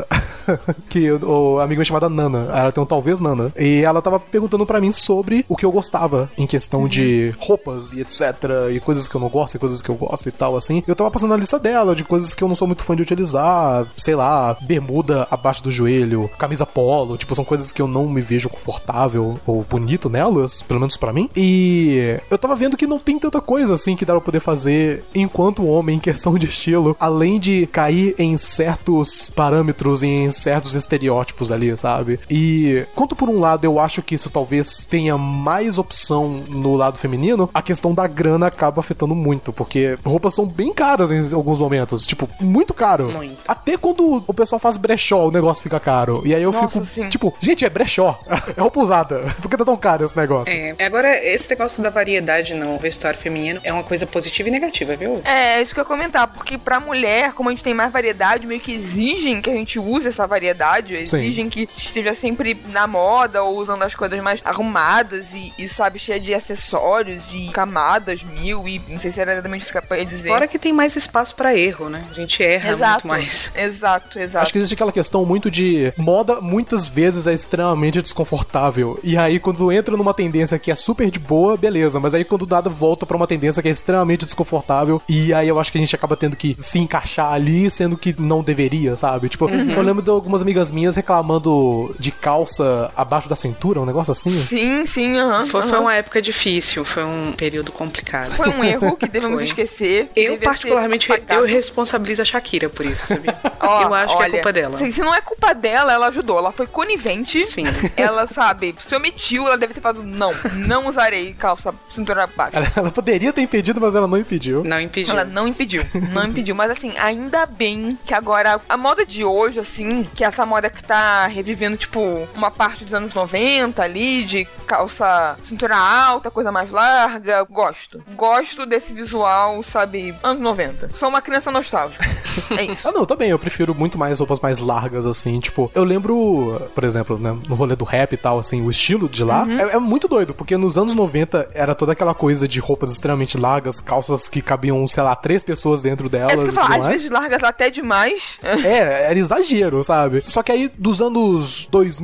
que o amigo é chamada Nana, ela tem um Talvez Nana, e ela tava perguntando pra mim sobre o que eu gostava em questão de roupas e etc, e coisas que eu não gosto e coisas que eu gosto e tal, assim. Eu tava passando a lista dela, de coisas que eu não sou muito fã de utilizar, sei lá, bermuda abaixo do joelho, camisa polo, tipo, são coisas que eu não me vejo confortável ou bonito nelas, pelo menos pra mim. E eu tava vendo que não tem tanta coisa, assim, que dá pra poder fazer enquanto homem em questão de estilo, além de cair em certos parâmetros e em certos estereótipos ali, sabe? E, quanto por um lado eu acho que isso talvez tenha mais opção no lado feminino, a questão da grana acaba afetando muito, porque roupas são bem caras em alguns momentos, tipo, muito caro. Muito. Até quando o pessoal faz brechó, o negócio fica caro. E aí eu fico, sim. tipo, gente, é brechó. É roupa usada. Por que tá tão caro esse negócio? Agora, esse negócio da variedade no vestuário feminino é uma coisa positiva e negativa, viu? É isso que eu ia comentar, porque pra mulher, como a gente tem mais variedade, meio que exigem que a gente use essa variedade, exigem que esteja sempre na moda ou usando as coisas mais arrumadas e sabe, cheia de acessórios e camadas mil e não sei se era exatamente isso que eu ia dizer. Fora que tem mais espaço pra erro, né? A gente erra muito mais. Exato. Acho que existe aquela questão muito de moda, muitas vezes é extremamente desconfortável. E aí, quando entra numa tendência que é super de boa, beleza. Mas aí, quando nada volta pra uma tendência que é extremamente desconfortável, e aí eu acho que a gente acaba tendo que se encaixar ali, sendo que não deveria, sabe? Tipo, eu lembro de algumas amigas minhas reclamando de calça abaixo da cintura, um negócio assim. Sim, Foi uma época difícil, foi um período complicado. Foi um erro que devemos esquecer. Eu, particularmente, eu responsabilizo a Shakira por isso, sabia? Eu acho que é culpa dela. Se não é culpa dela, ela ajudou. Ela foi conivente. Sim. Ela, sabe, se omitiu, ela deve ter falado, não usarei calça cintura baixa. Ela poderia ter impedido, mas ela não impediu. Ela não impediu. Mas assim, ainda bem que agora a moda de hoje, assim, que é essa moda que tá revivendo, tipo, uma parte dos anos 90 ali, de calça cintura alta, coisa mais larga. Gosto desse visual, sabe, anos 90. Sou uma criança nostálgica. É isso. Não, também. Eu prefiro muito mais roupas mais largas, assim. Tipo, eu lembro, por exemplo, né, no rolê do rap e tal, assim, o estilo de lá é muito doido, porque nos anos 90 era toda aquela coisa de roupas extremamente largas, calças que cabiam, sei lá, 3 pessoas dentro delas. É isso que eu falo, às vezes largas até demais. Era exagero, sabe? Só que aí, dos anos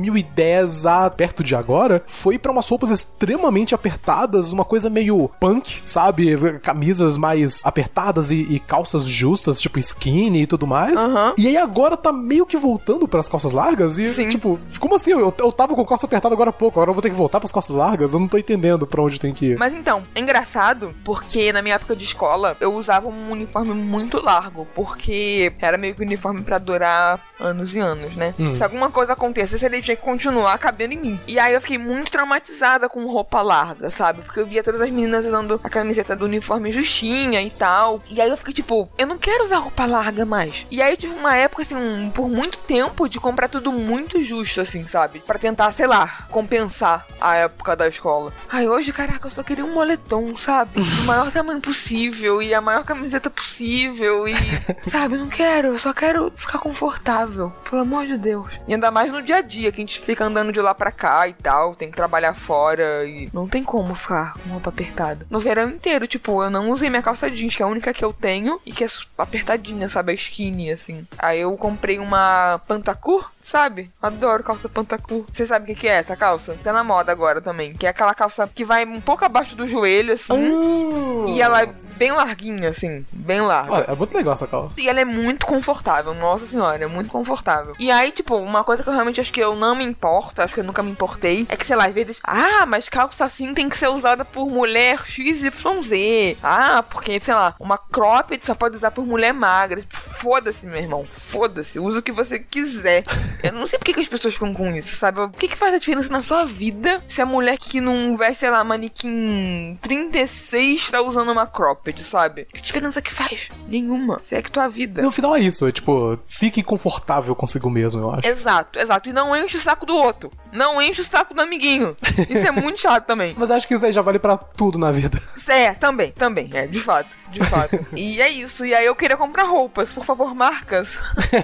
2010 a perto de agora, foi pra umas roupas extremamente apertadas, uma coisa meio punk, sabe? Camisas mais apertadas e calças justas, tipo skinny e tudo mais. E aí agora tá meio que voltando pras calças largas e, tipo, como assim? Eu tava com calça apertada agora há pouco, agora eu vou ter que voltar pras calças largas? Eu não tô entendendo pra onde tem que ir. Mas então, é engraçado, porque na minha época de escola, eu usava um uniforme muito largo, porque era meio que um uniforme pra durar anos e anos, né? Se alguma coisa acontecesse, ele tinha que continuar cabendo em mim. E aí eu fiquei muito traumatizada com roupa larga, sabe? Porque eu via todas as meninas usando a camiseta do uniforme justinha e tal. E aí eu fiquei tipo, eu não quero usar roupa larga mais. E aí eu tive uma época, assim, por muito tempo, de comprar tudo muito justo, assim, sabe? Pra tentar, sei lá, compensar a época da escola. Ai, hoje, caraca, eu só queria um moletom, sabe? O maior tamanho possível e a maior camiseta possível e... sabe, não quero, eu só quero ficar confortável. Pelo amor de Deus. E ainda mais no dia a dia, que a gente fica andando de lá pra cá e tal, tem que trabalhar fora e não tem como ficar com roupa apertada. No verão inteiro, tipo, eu não usei minha calça jeans, que é a única que eu tenho e que é apertadinha, sabe? É skinny, assim. Aí eu comprei uma Pantacur, sabe? Adoro calça Pantacur. Você sabe o que é essa calça? Tá na moda agora também. Que é aquela calça que vai um pouco abaixo do joelho, assim. E ela é bem larguinha, assim. Bem larga. É muito legal essa calça. E ela é muito confortável. Nossa senhora, é muito muito confortável. E aí, tipo, uma coisa que eu realmente acho que eu não me importo, acho que eu nunca me importei, é que, sei lá, às vezes, mas calça assim tem que ser usada por mulher XYZ. Porque, sei lá, uma cropped só pode usar por mulher magra. Foda-se, meu irmão. Foda-se. Usa o que você quiser. Eu não sei por que as pessoas ficam com isso, sabe? O que faz a diferença na sua vida se a mulher que não veste, sei lá, manequim 36 tá usando uma cropped, sabe? Que diferença que faz? Nenhuma. Você é que tua vida. No final é isso. É tipo, fique confortável consigo mesmo, eu acho. Exato. E não enche o saco do outro. Não enche o saco do amiguinho. Isso é muito chato também. Mas acho que isso aí já vale pra tudo na vida. Também. De fato. E é isso. E aí eu queria comprar roupas. Por favor, marcas.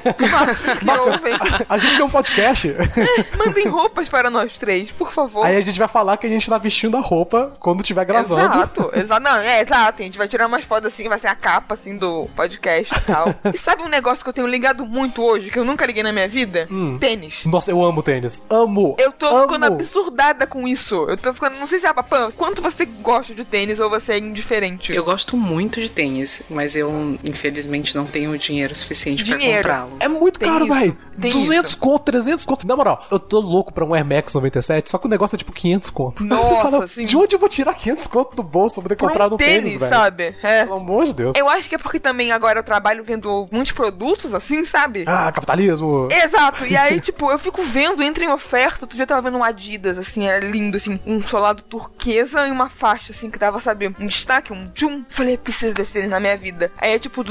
A gente tem um podcast. Mandem roupas para nós três, por favor. Aí a gente vai falar que a gente tá vestindo a roupa quando estiver gravando. Exato. A gente vai tirar umas fotos assim, vai ser a capa assim do podcast e tal. E sabe um negócio que eu tenho ligado muito hoje, que eu nunca liguei na minha vida? Tênis. Nossa, eu amo tênis. Amo. Eu tô ficando absurdada com isso. Eu tô ficando, não sei se é Pam, quanto você gosta de tênis ou você é indiferente? Eu gosto muito de tênis, mas eu infelizmente não tenho dinheiro suficiente pra comprá-lo. É muito caro, velho. 200 conto, 300 conto. Na moral, eu tô louco pra um Air Max 97, só que o negócio é tipo 500 conto. Nossa, você fala, assim, de onde eu vou tirar 500 conto do bolso pra poder comprar no tênis, velho? Sabe? Pelo amor de Deus. Eu acho que é porque também agora eu trabalho vendo muitos produtos, assim, sabe? Capitalismo. Exato. E aí, tipo, eu fico vendo, entra em oferta. Outro dia eu tava vendo um Adidas, assim, era lindo, assim, um solado turquesa e uma faixa, assim, que tava, sabe, um destaque, um tchum. Falei, preciso desse tênis na minha vida. Aí é tipo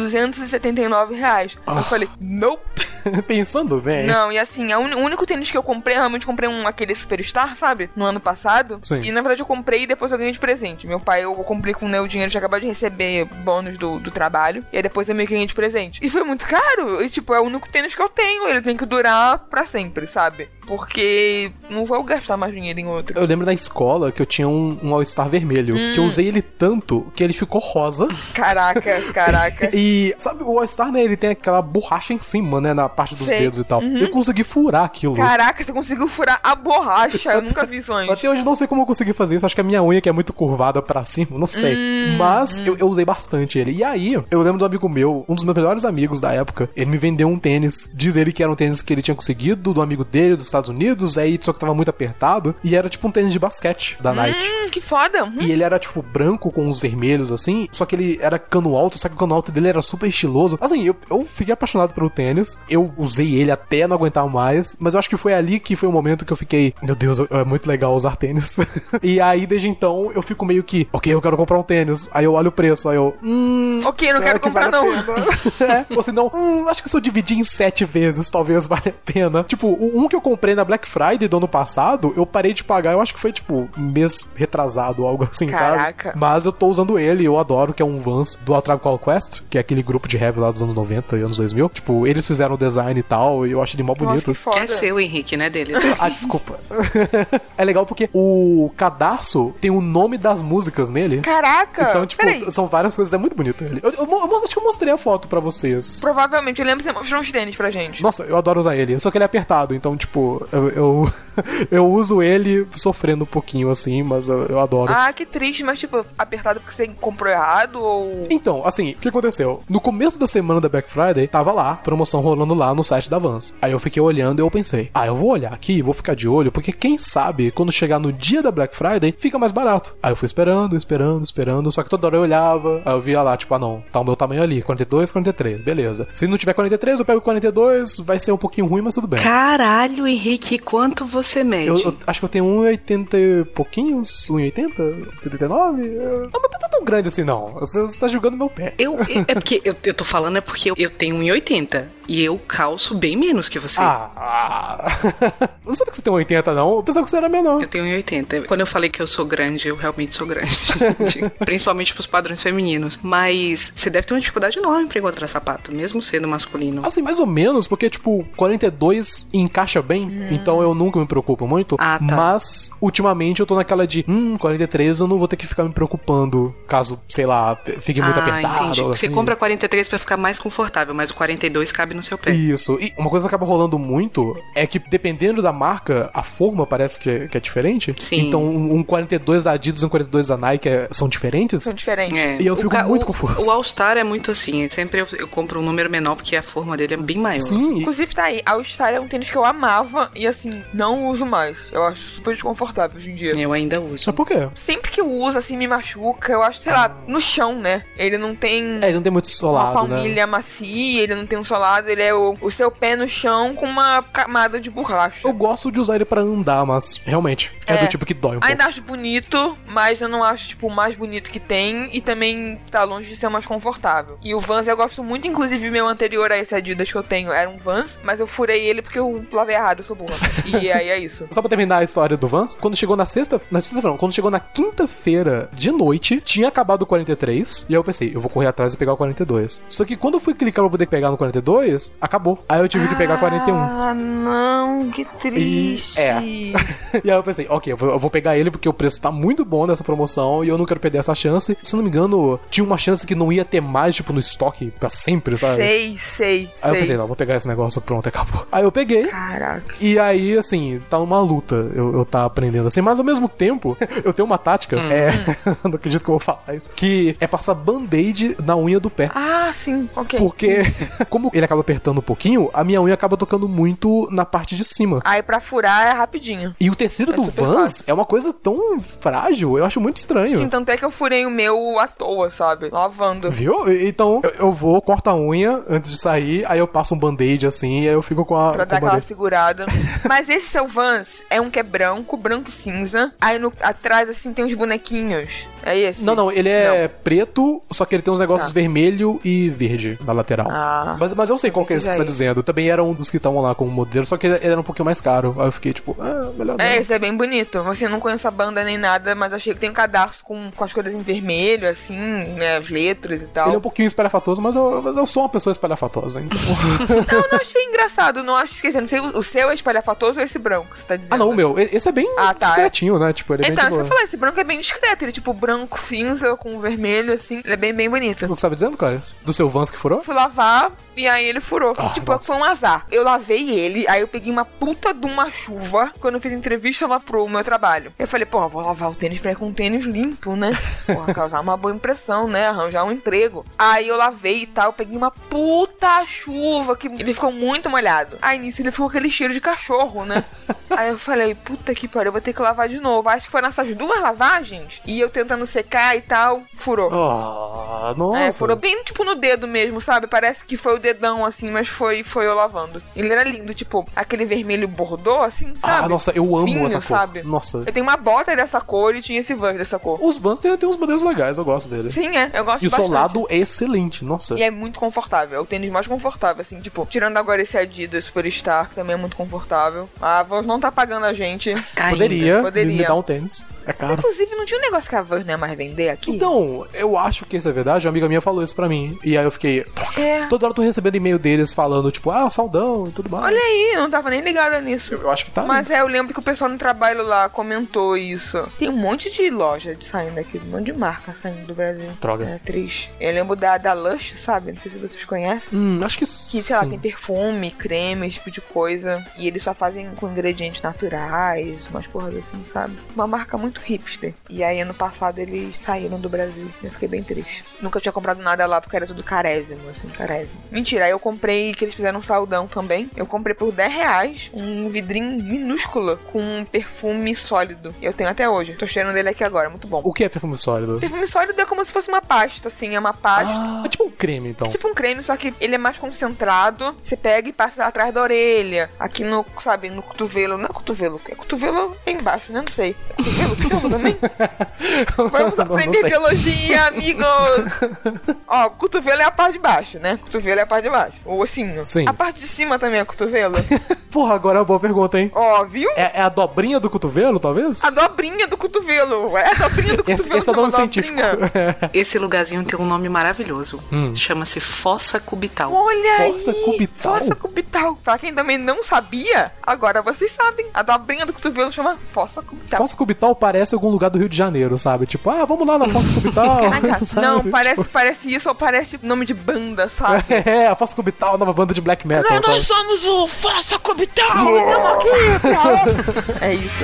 R$279. Eu falei, nope. Pensando bem. Não, e assim, o único tênis que eu comprei, eu realmente comprei aquele Superstar, sabe? No ano passado. Sim. E na verdade eu comprei e depois eu ganhei de presente. Meu pai, eu comprei com o dinheiro de acabar de receber bônus do trabalho. E aí depois eu meio que ganhei de presente. E foi muito caro. E tipo, é o único tênis que eu tenho. Ele tem que durar pra sempre, sabe? Porque não vou gastar mais dinheiro em outro. Eu lembro na escola que eu tinha um All-Star vermelho. Que eu usei ele tanto que ele ficou rosa. Caraca. E, sabe, o All-Star, né, ele tem aquela borracha em cima, né, na parte dos dedos e tal. Eu consegui furar aquilo. Caraca, você conseguiu furar a borracha. Eu nunca vi isso antes. Até hoje não sei como eu consegui fazer isso. Acho que a minha unha que é muito curvada pra cima, não sei. Mas eu usei bastante ele. E aí, eu lembro do amigo meu, um dos meus melhores amigos da época, ele me vendeu um tênis. Diz ele que era um tênis que ele tinha conseguido do amigo dele, dos Estados Unidos, aí só que tava muito apertado. E era tipo um tênis de basquete da Nike. Que foda. E ele era tipo branco com uns vermelhos assim, só que ele era cano alto, só que o cano alto dele era super estiloso. Assim, eu fiquei apaixonado pelo tênis. Eu usei ele até não aguentar mais, mas eu acho que foi ali que foi o momento que eu fiquei, meu Deus, é muito legal usar tênis. E aí, desde então, eu fico meio que, ok, eu quero comprar um tênis. Aí eu olho o preço, aí eu, ok, não quero comprar não. Ou senão, acho que se eu dividir em 7 vezes, talvez valha a pena. Tipo, um que eu comprei na Black Friday do ano passado, eu parei de pagar, eu acho que foi tipo, mês retrasado, algo assim, Caraca. sabe? Mas eu tô usando ele, eu adoro, que é um Vans do A Tribe Called Quest, que é aquele grupo de heavy lá dos anos 90 e anos 2000. Tipo, eles fizeram o design e tal, e eu acho ele mó bonito. É seu, Henrique, né, deles? Desculpa. É legal porque o cadarço tem o nome das músicas nele. Caraca! Então, tipo, são várias coisas, é muito bonito ele. Acho que eu mostrei a foto pra vocês. Provavelmente, eu lembro que você mostrou uns tênis pra gente. Nossa, eu adoro usar ele, só que ele é apertado, então, tipo, eu uso ele sofrendo um pouquinho, assim, mas eu adoro. Que triste, mas, tipo, apertado porque você comprou errado, ou... Então, assim, o que aconteceu? No começo da semana da Black Friday, tava lá, promoção rolando lá no site da Vans. Aí eu fiquei olhando e eu pensei, eu vou olhar aqui, vou ficar de olho, porque quem sabe, quando chegar no dia da Black Friday, fica mais barato. Aí eu fui esperando, só que toda hora eu olhava, aí eu via lá, tipo, não, tá o meu tamanho ali, 42, 43, beleza. Se não tiver 43, eu pego 42, vai ser um pouquinho ruim, mas tudo bem. Caralho, Henrique, quanto você mede? Eu acho que eu tenho 1,80 e pouquinhos, 1,80, 79. Não, mas não tá tão grande assim, não. Você tá julgando meu pé. É porque eu tô falando porque eu tenho 1,80 e eu calço bem menos que você. Eu não sabia que você tem 1,80, não. Eu pensava que você era menor. Eu tenho 1,80. Quando eu falei que eu sou grande, eu realmente sou grande. Principalmente pros padrões femininos. Mas você deve ter uma dificuldade enorme pra encontrar sapato, mesmo sendo masculino. Assim, mais ou menos, porque, tipo, 42 encaixa bem, então eu nunca me preocupo muito. Tá. Mas, ultimamente, eu tô naquela de 43 eu não vou ter que ficar me preocupando caso, sei lá, fique muito apertado. Entendi. Assim. Você compra 43 pra ficar mais confortável, mas o 42 cabe no seu pé. Isso. E uma coisa que acaba rolando muito é que, dependendo da marca, a forma parece que é diferente. Sim. Então, um 42 da Adidas e um 42 da Nike são diferentes. São diferentes. E eu fico muito confuso. O All Star é muito assim. Sempre eu compro um número menor porque a forma dele é bem maior. Sim. Inclusive, tá aí. All Star é um tênis que eu amava e, assim, não uso mais. Eu acho super desconfortável hoje em dia. Eu ainda uso. Mas por quê? Sempre que eu uso, assim, me machuca. Eu acho, sei lá, no chão, né? Ele não tem... Ele não tem muito uma solado, palmilha macia, ele não tem um solado, ele é o seu pé no chão com uma camada de borracha. Eu gosto de usar ele pra andar, mas realmente é do tipo que dói um pouco. Ainda acho bonito, mas eu não acho, tipo, o mais bonito que tem e também tá longe de ser o mais confortável. E o Vans eu gosto muito, inclusive meu anterior a esse Adidas que eu tenho era um Vans, mas eu furei ele porque eu lavei errado, eu sou burra. E aí é isso. Só pra terminar a história do Vans, quando chegou quando chegou na quinta-feira de noite, tinha acabado o 43, e aí eu pensei, eu vou correr atrás e pegar o 42. Só que quando eu fui clicar pra poder pegar no 42, acabou. Aí eu tive que pegar 41. Ah, não, que triste. E aí eu pensei, ok, eu vou pegar ele porque o preço tá muito bom nessa promoção e eu não quero perder essa chance. Se eu não me engano, tinha uma chance que não ia ter mais, tipo, no estoque pra sempre, sabe? Sei. Aí eu pensei, não, vou pegar esse negócio, pronto, acabou. Aí eu peguei. Caraca. E aí, assim, tá uma luta eu tá aprendendo assim, mas ao mesmo tempo, eu tenho uma tática, não acredito que eu vou falar isso, que é passar band-aid na unha do pé. Ah, sim, ok. Porque, como ele acaba apertando um pouquinho, a minha unha acaba tocando muito na parte de cima. Aí pra furar é rapidinho. E o tecido do super Vans fácil. é uma coisa tão frágil, eu acho muito estranho. Sim, tanto é que eu furei o meu à toa, sabe? Lavando. Viu? Então, eu vou, corto a unha antes de sair, aí eu passo um band-aid assim, e aí eu fico com a... Pra dar aquela segurada. Mas esse seu Vans é um que é branco e cinza. Aí atrás, assim, tem uns bonequinhos. É esse? Não, ele é preto, só que ele tem uns negócios vermelho e verde na lateral. Ah. Mas eu sei qual que é esse que você tá isso. dizendo. Também era um dos que estavam lá como modelo, só que ele era um pouquinho mais caro. Aí eu fiquei tipo, melhor não. Esse é bem bonito. Assim, eu não conheço a banda nem nada, mas achei que tem um cadarço com as cores em vermelho, assim, né, as letras e tal. Ele é um pouquinho espalhafatoso, mas eu sou uma pessoa espalhafatosa, então... Não achei engraçado. Não acho que... Não sei, o seu é espalhafatoso ou esse branco que você tá dizendo? Ah, não, meu. Esse é bem discretinho, né? Tipo, ele é então, bem você falou, esse branco é bem discreto. Ele é tipo branco, cinza, com vermelho, assim. Ele é bem, bem bonito. O que você tava dizendo, cara? Do seu Vans que furou? Fui lavar e aí ele furou. Tipo, nossa. foi um azar. Eu lavei ele, aí eu peguei uma puta de uma chuva quando eu fiz entrevista lá pro meu trabalho. Eu falei, porra, vou lavar o tênis pra ir com o tênis limpo, né? Porra, causar uma boa impressão, né? Arranjar um emprego. Aí eu lavei e tal, eu peguei uma puta chuva que ele ficou muito molhado. Aí nisso ele ficou com aquele cheiro de cachorro, né? Aí eu falei, puta que pariu, eu vou ter que lavar de novo. Acho que foi nessas duas lavagens e eu tentando secar e tal, furou. Nossa. Furou bem, tipo, no dedo mesmo, sabe? Parece que foi o dedão, assim, mas foi eu lavando. Ele era lindo, tipo, aquele vermelho bordô, assim, sabe? Nossa, eu amo Vinho, essa cor. sabe? Nossa. Eu tenho uma bota dessa cor e tinha esse Vans dessa cor. Os Vans tem uns modelos legais, eu gosto dele. Sim, eu gosto E o bastante. solado é excelente, nossa. E é muito confortável, é o tênis mais confortável, assim, tipo, tirando agora esse Adidas Superstar, que também é muito confortável. A Vans não tá pagando a gente. Poderia Poderia. me dar um tênis. É caro. Inclusive, não tinha um negócio que a Vans não ia mais vender aqui? Então, eu acho que isso é verdade. Uma amiga minha falou isso pra mim. E aí eu fiquei, troca. Toda hora eu tô recebendo e-mail deles falando, tipo, saudão e tudo mais. Olha aí, eu não tava nem ligada nisso. Eu acho que tá. Mas eu lembro que o pessoal no trabalho lá comentou isso. Tem um monte de loja saindo aqui, um monte de marca saindo do Brasil. Droga. É triste. Eu lembro da Lush, sabe? Não sei se vocês conhecem. Acho que Que, sei lá, tem perfume, creme, esse tipo de coisa. E eles só fazem com ingredientes naturais, umas porras assim, sabe? Uma marca muito hipster. E aí, ano passado, eles saíram do Brasil. Eu fiquei bem triste. Nunca tinha comprado nada lá, porque era tudo carésimo, assim, carésimo. Mentira, aí eu comprei, que eles fizeram um saldão também. Eu comprei por R$10 um vidrinho minúsculo com um perfume sólido. Eu tenho até hoje. Tô cheirando dele aqui agora, muito bom. O que é perfume sólido? Perfume sólido é como se fosse uma pasta, assim, é uma pasta. É tipo um creme, então. É tipo um creme, só que ele é mais concentrado. Você pega e passa atrás da orelha. Aqui no, sabe, no cotovelo. Não é cotovelo, é cotovelo é embaixo, né? Não sei. É cotovelo que chama também? Vamos aprender biologia, amigos! Ó, cotovelo é a parte de baixo, né? Cotovelo é a parte de baixo. O ossinho. Sim. A parte de cima também é cotovelo. Porra, agora é uma boa pergunta, hein? Ó, viu? É a dobrinha do cotovelo, talvez? A dobrinha do cotovelo. É a dobrinha do cotovelo. Esse é o nome científico. Esse lugarzinho tem um nome maravilhoso. Chama-se Fossa Cubital. Olha Fossa aí! cubital? Fossa cubital. Pra quem também não sabia, agora vocês sabem. A dobrinha do cotovelo chama fossa cubital. Fossa cubital parece algum lugar do Rio de Janeiro, sabe? Tipo, vamos lá na Fossa Cubital. Não, parece isso ou parece nome de banda, sabe? A Fossa Cubital, nova banda de black metal, não, sabe? Nós somos o Fossa Cubital! Estamos aqui, cara! É isso.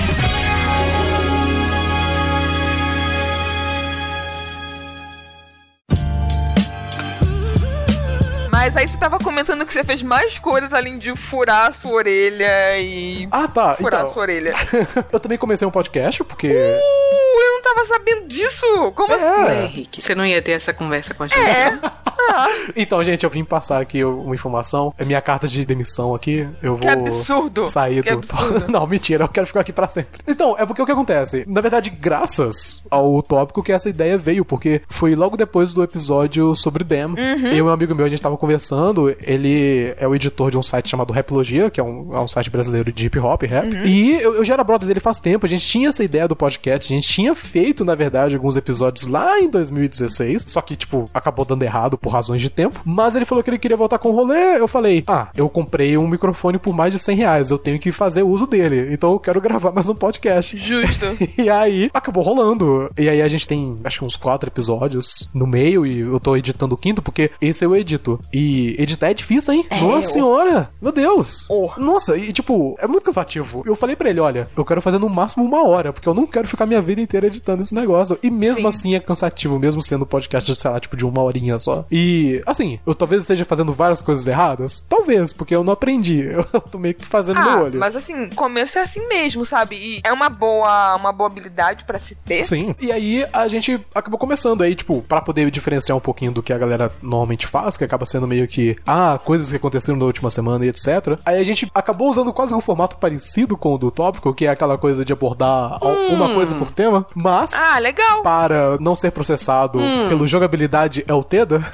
Mas aí você tava comentando que você fez mais coisas além de furar a sua orelha e... tá. Furar a sua orelha. Eu também comecei um podcast, porque... eu não tava sabendo disso! Como assim? Ué, Henrique, você não ia ter essa conversa com a gente? Então, gente, eu vim passar aqui uma informação. É minha carta de demissão aqui. Eu vou... Que absurdo! Sair do... absurdo. Não, mentira, eu quero ficar aqui pra sempre. Então, é porque o que acontece? Na verdade, graças ao tópico que essa ideia veio, porque foi logo depois do episódio sobre Damn. Eu e um amigo meu, a gente tava conversando. Ele é o editor de um site chamado Rapologia, que é um site brasileiro de hip hop e rap. E eu já era brother dele faz tempo. A gente tinha essa ideia do podcast. A gente tinha feito, na verdade, alguns episódios lá em 2016. Só que, tipo, acabou dando errado por razões de tempo. Mas ele falou que ele queria voltar com o rolê. Eu falei, eu comprei um microfone por mais de R$100. Eu tenho que fazer uso dele. Então eu quero gravar mais um podcast. Justo. E aí, acabou rolando. E aí a gente tem, acho que uns 4 episódios no meio. E eu tô editando o 5º, porque esse eu edito. E editar é difícil, hein? Nossa senhora! Meu Deus! Nossa, e tipo, é muito cansativo. Eu falei pra ele, olha, eu quero fazer no máximo 1 hora, porque eu não quero ficar minha vida inteira editando esse negócio. E mesmo assim é cansativo, mesmo sendo podcast, sei lá, tipo, de 1 horinha só. E, assim, eu talvez esteja fazendo várias coisas erradas. Talvez, porque eu não aprendi. Eu tô meio que fazendo meu olho. Mas assim, começo é assim mesmo, sabe? E é uma boa habilidade pra se ter. Sim. E aí a gente acabou começando aí, tipo, pra poder diferenciar um pouquinho do que a galera normalmente faz, que acaba sendo meio que, coisas que aconteceram na última semana e etc. Aí a gente acabou usando quase um formato parecido com o do tópico, que é aquela coisa de abordar uma coisa por tema, mas... legal! Para não ser processado pelo jogabilidade Elteda,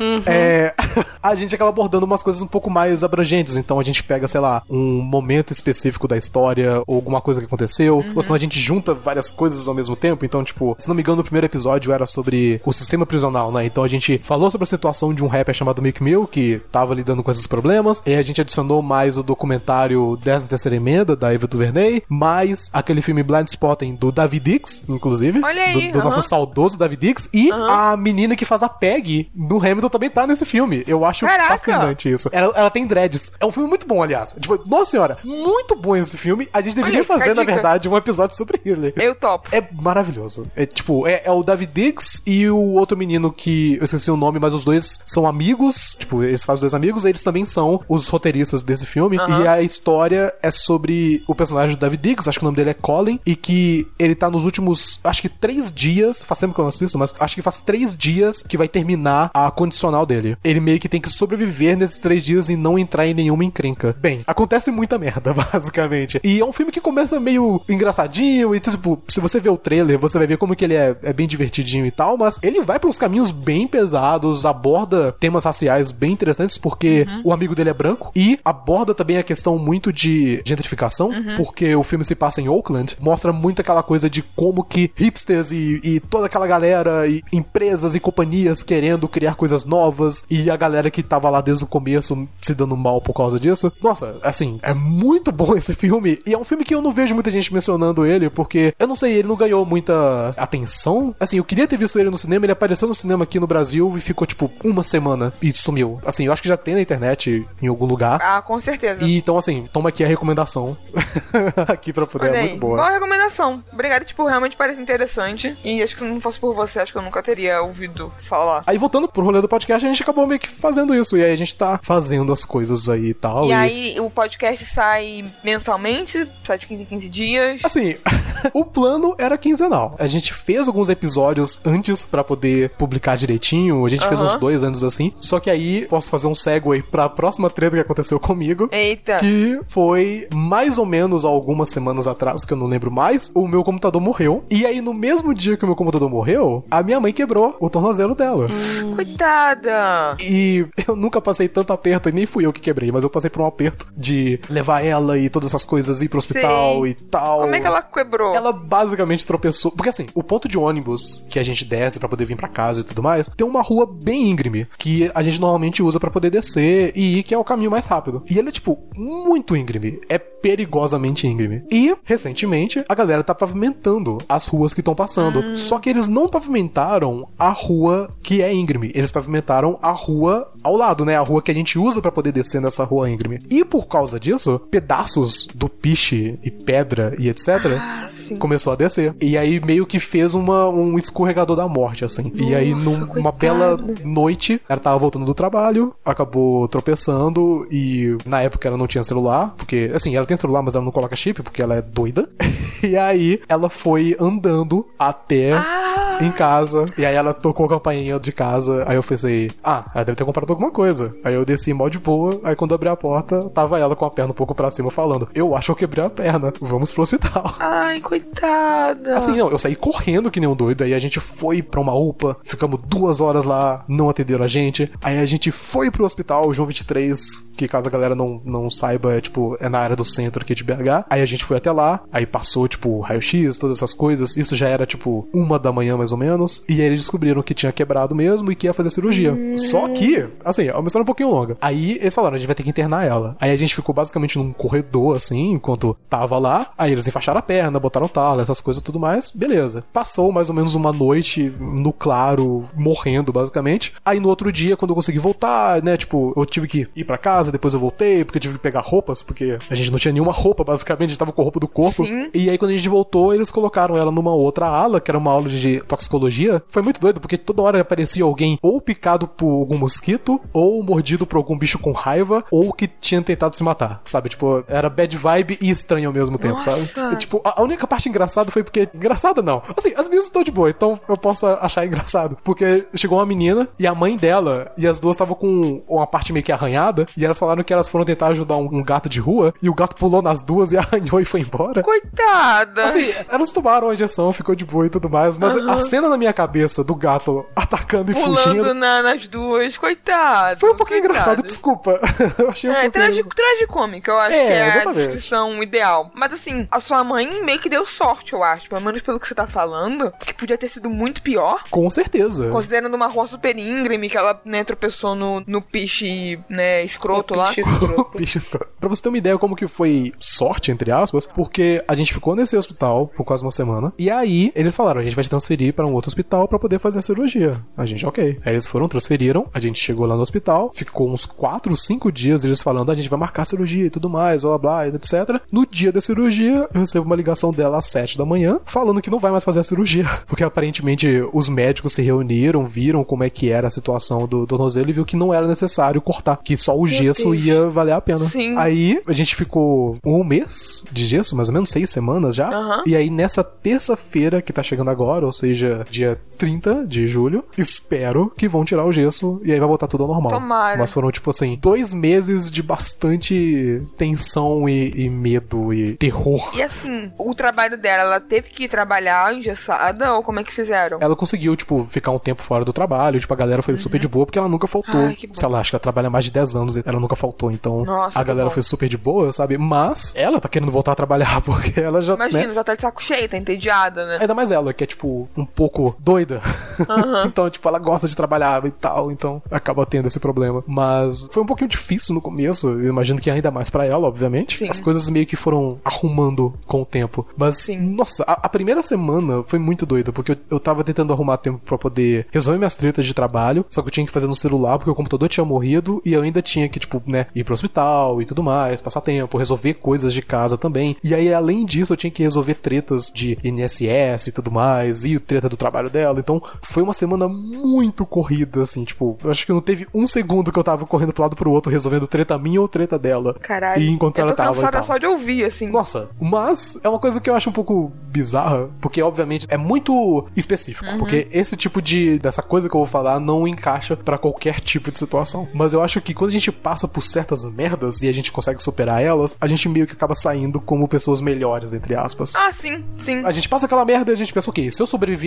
a gente acaba abordando umas coisas um pouco mais abrangentes. Então a gente pega, sei lá, um momento específico da história, ou alguma coisa que aconteceu, ou senão a gente junta várias coisas ao mesmo tempo. Então, tipo, se não me engano, o primeiro episódio era sobre o sistema prisional, né? Então a gente falou sobre a situação de um rapper chamado Meek Mill, que tava lidando com esses problemas, e a gente adicionou mais o documentário 13ª Emenda, da Ava DuVernay, mais aquele filme Blindspotting do David Dix, inclusive. Olha aí, do nosso saudoso David Dix, e a menina que faz a Peg do Hamilton também tá nesse filme. Eu acho fascinante isso. Ela tem dreads. É um filme muito bom, aliás. Tipo, nossa senhora, muito bom esse filme. A gente deveria fazer, na verdade, um episódio sobre ele. Eu topo. É maravilhoso. É tipo, é o David Dix e o outro menino que eu esqueci o nome, mas os dois são amigos. Tipo, eles fazem 2 amigos, eles também são os roteiristas desse filme. E a história é sobre o personagem do David Dix, acho que o nome dele é Colin, e que ele tá nos últimos, acho que 3 dias, faz tempo que eu não assisto, mas acho que faz 3 dias que vai terminar a condicional dele. Ele meio que tem que sobreviver nesses 3 dias e não entrar em nenhuma encrenca. Bem, acontece muita merda, basicamente. E é um filme que começa meio engraçadinho e, tipo, se você ver o trailer, você vai ver como que ele é bem divertidinho e tal, mas ele vai pra uns caminhos bem pesados, aborda temas raciais bem interessantes, porque o amigo dele é branco, e aborda também a questão muito de gentrificação, porque o filme se passa em Oakland, mostra muito aquela coisa de como que hipsters e toda aquela galera, e empresas e companhias querendo criar coisas novas, e a galera que tava lá desde o começo se dando mal por causa disso. Nossa, assim, é muito bom esse filme, e é um filme que eu não vejo muita gente mencionando ele, porque, eu não sei, ele não ganhou muita atenção. Assim, eu queria ter visto ele no cinema, ele apareceu no cinema aqui no Brasil e ficou, tipo, 1 semana e sumiu. Assim, eu acho que já tem na internet em algum lugar. Com certeza. E então, assim, toma aqui a recomendação aqui pra poder, é muito boa. Boa recomendação. Obrigada, tipo, realmente parece interessante. E acho que se não fosse por você, acho que eu nunca teria ouvido falar. Aí, voltando pro rolê do podcast, a gente acabou meio que fazendo isso. E aí a gente tá fazendo as coisas aí e tal. E aí o podcast sai mensalmente? Sai de 15 em 15 dias? Assim, o plano era quinzenal. A gente fez alguns episódios antes pra poder publicar direitinho. A gente fez uns 2 anos assim. Só que aí, posso fazer um segue pra próxima treta que aconteceu comigo. Eita! Que foi mais ou menos algumas semanas atrás, que eu não lembro mais. O meu computador morreu. E aí, no mesmo dia que o meu computador morreu, a minha mãe quebrou o tornozelo dela. Coitada! E E eu nunca passei tanto aperto, e nem fui eu que quebrei, mas eu passei por um aperto de levar ela e todas essas coisas, ir pro hospital e tal. Como é que ela quebrou? Ela basicamente tropeçou. Porque assim, o ponto de ônibus que a gente desce pra poder vir pra casa e tudo mais, tem uma rua bem íngreme, que a gente normalmente usa pra poder descer e ir, que é o caminho mais rápido. E ele é, tipo, muito íngreme. É perigosamente íngreme. E, recentemente, a galera tá pavimentando as ruas que estão passando. Só que eles não pavimentaram a rua que é íngreme. Eles pavimentaram a rua ao lado, né? A rua que a gente usa pra poder descer nessa rua íngreme. E por causa disso, pedaços do piche e pedra e etc. Começou a descer. E aí meio que fez um escorregador da morte, assim. Nossa, e aí, numa bela noite, ela tava voltando do trabalho, acabou tropeçando e na época ela não tinha celular, porque, assim, ela tem celular, mas ela não coloca chip, porque ela é doida. E aí, ela foi andando até em casa. E aí ela tocou a campainha de casa. Aí eu pensei, ela deve ter comprado alguma coisa. Aí eu desci mó de boa. Aí quando eu abri a porta, tava ela com a perna um pouco pra cima falando, eu acho que eu quebrei a perna, vamos pro hospital. Ai, coitada. Assim, não, eu saí correndo que nem um doido. Aí a gente foi pra uma UPA, ficamos 2 horas lá, não atenderam a gente. Aí a gente foi pro hospital, João 23, que caso a galera não saiba, é na área do centro aqui de BH. Aí a gente foi até lá, aí passou, raio-x, todas essas coisas. Isso já era, 1 da manhã, mais ou menos. E aí eles descobriram que tinha quebrado mesmo e que ia fazer cirurgia. Só que, assim, é uma história um pouquinho longa. Aí eles falaram, a gente vai ter que internar ela. Aí a gente ficou basicamente num corredor, assim, enquanto tava lá. Aí eles enfaixaram a perna, botaram tala, essas coisas e tudo mais. Beleza. Passou mais ou menos uma noite no claro, morrendo, basicamente. Aí no outro dia, quando eu consegui voltar, né, eu tive que ir pra casa, depois eu voltei, porque eu tive que pegar roupas, porque a gente não tinha nenhuma roupa, basicamente, a gente tava com roupa do corpo. Sim. E aí quando a gente voltou, eles colocaram ela numa outra ala, que era uma aula de toxicologia. Foi muito doido, porque toda hora aparecia alguém ou picado por algum mosquito, ou mordido por algum bicho com raiva, ou que tinha tentado se matar, sabe? Era bad vibe e estranho ao mesmo tempo, Nossa. sabe? E, a única parte engraçada foi porque... Engraçada não. Assim, as meninas estão de boa, então eu posso achar engraçado. Porque chegou uma menina e a mãe dela, e as duas estavam com uma parte meio que arranhada, e elas falaram que elas foram tentar ajudar um gato de rua, e o gato pulou nas duas e arranhou e foi embora. Coitada. Assim, elas tomaram a injeção, ficou de boa e tudo mais, mas a cena na minha cabeça do gato atacando e pulando fugindo... nas duas, coitado. Foi um pouquinho engraçado, desculpa. Eu achei tragicômico, eu acho que é exatamente. A descrição ideal. Mas assim, a sua mãe meio que deu sorte, eu acho. Pelo menos pelo que você tá falando, que podia ter sido muito pior. Com certeza. Considerando uma rua super íngreme, que ela, né, tropeçou no piche, né, escroto lá. Piche escroto. Pra você ter uma ideia como que foi sorte, entre aspas, porque a gente ficou nesse hospital por quase uma semana, e aí eles falaram, a gente vai te transferir pra um outro hospital pra poder fazer a cirurgia. A gente, ok. Aí eles transferiram, a gente chegou lá no hospital, ficou uns 4, 5 dias eles falando, a gente vai marcar a cirurgia e tudo mais, blá, blá, etc. No dia da cirurgia, eu recebo uma ligação dela às 7 da manhã, falando que não vai mais fazer a cirurgia, porque aparentemente os médicos se reuniram, viram como é que era a situação do tornozelo e viu que não era necessário cortar, que só o gesso ia valer a pena. Sim. Aí a gente ficou 1 mês de gesso, mais ou menos 6 semanas já. E aí nessa terça-feira que tá chegando agora, ou seja, dia 30 de julho, espero que vão tirar o gesso e aí vai voltar tudo ao normal. Tomara. Mas foram 2 meses de bastante tensão e medo e terror. E assim, o trabalho dela, ela teve que trabalhar engessada ou como é que fizeram? Ela conseguiu, ficar um tempo fora do trabalho, a galera foi super de boa porque ela nunca faltou. Ai, que bom. Sei lá, acho que ela trabalha há mais de 10 anos e ela nunca faltou, então nossa, a galera foi super de boa, sabe? Mas ela tá querendo voltar a trabalhar porque ela já, imagina, né? já tá de saco cheio, tá entediada, né? Ainda mais ela, que é, um pouco doida. Então, ela gosta de trabalhar e tal, então acaba tendo esse problema. Mas foi um pouquinho difícil no começo, eu imagino que ainda mais pra ela, obviamente. Sim. As coisas meio que foram arrumando com o tempo. Mas, sim, nossa, a primeira semana foi muito doida, porque eu tava tentando arrumar tempo pra poder resolver minhas tretas de trabalho, só que eu tinha que fazer no celular, porque o computador tinha morrido, e eu ainda tinha que, ir pro hospital e tudo mais, passar tempo, resolver coisas de casa também. E aí, além disso, eu tinha que resolver tretas de INSS e tudo mais, e o treta do trabalho dela. Então, foi uma semana muito corrida, assim, eu acho que não teve um segundo que eu tava correndo pro lado pro outro, resolvendo treta minha ou treta dela. Caralho, e enquanto ela tava, cansada só de ouvir, assim. Nossa, mas é uma coisa que eu acho um pouco bizarra, porque, obviamente, é muito específico, porque esse tipo dessa coisa que eu vou falar não encaixa pra qualquer tipo de situação. Mas eu acho que quando a gente passa por certas merdas e a gente consegue superar elas, a gente meio que acaba saindo como pessoas melhores, entre aspas. Ah, sim, sim. A gente passa aquela merda e a gente pensa, ok, se eu sobreviver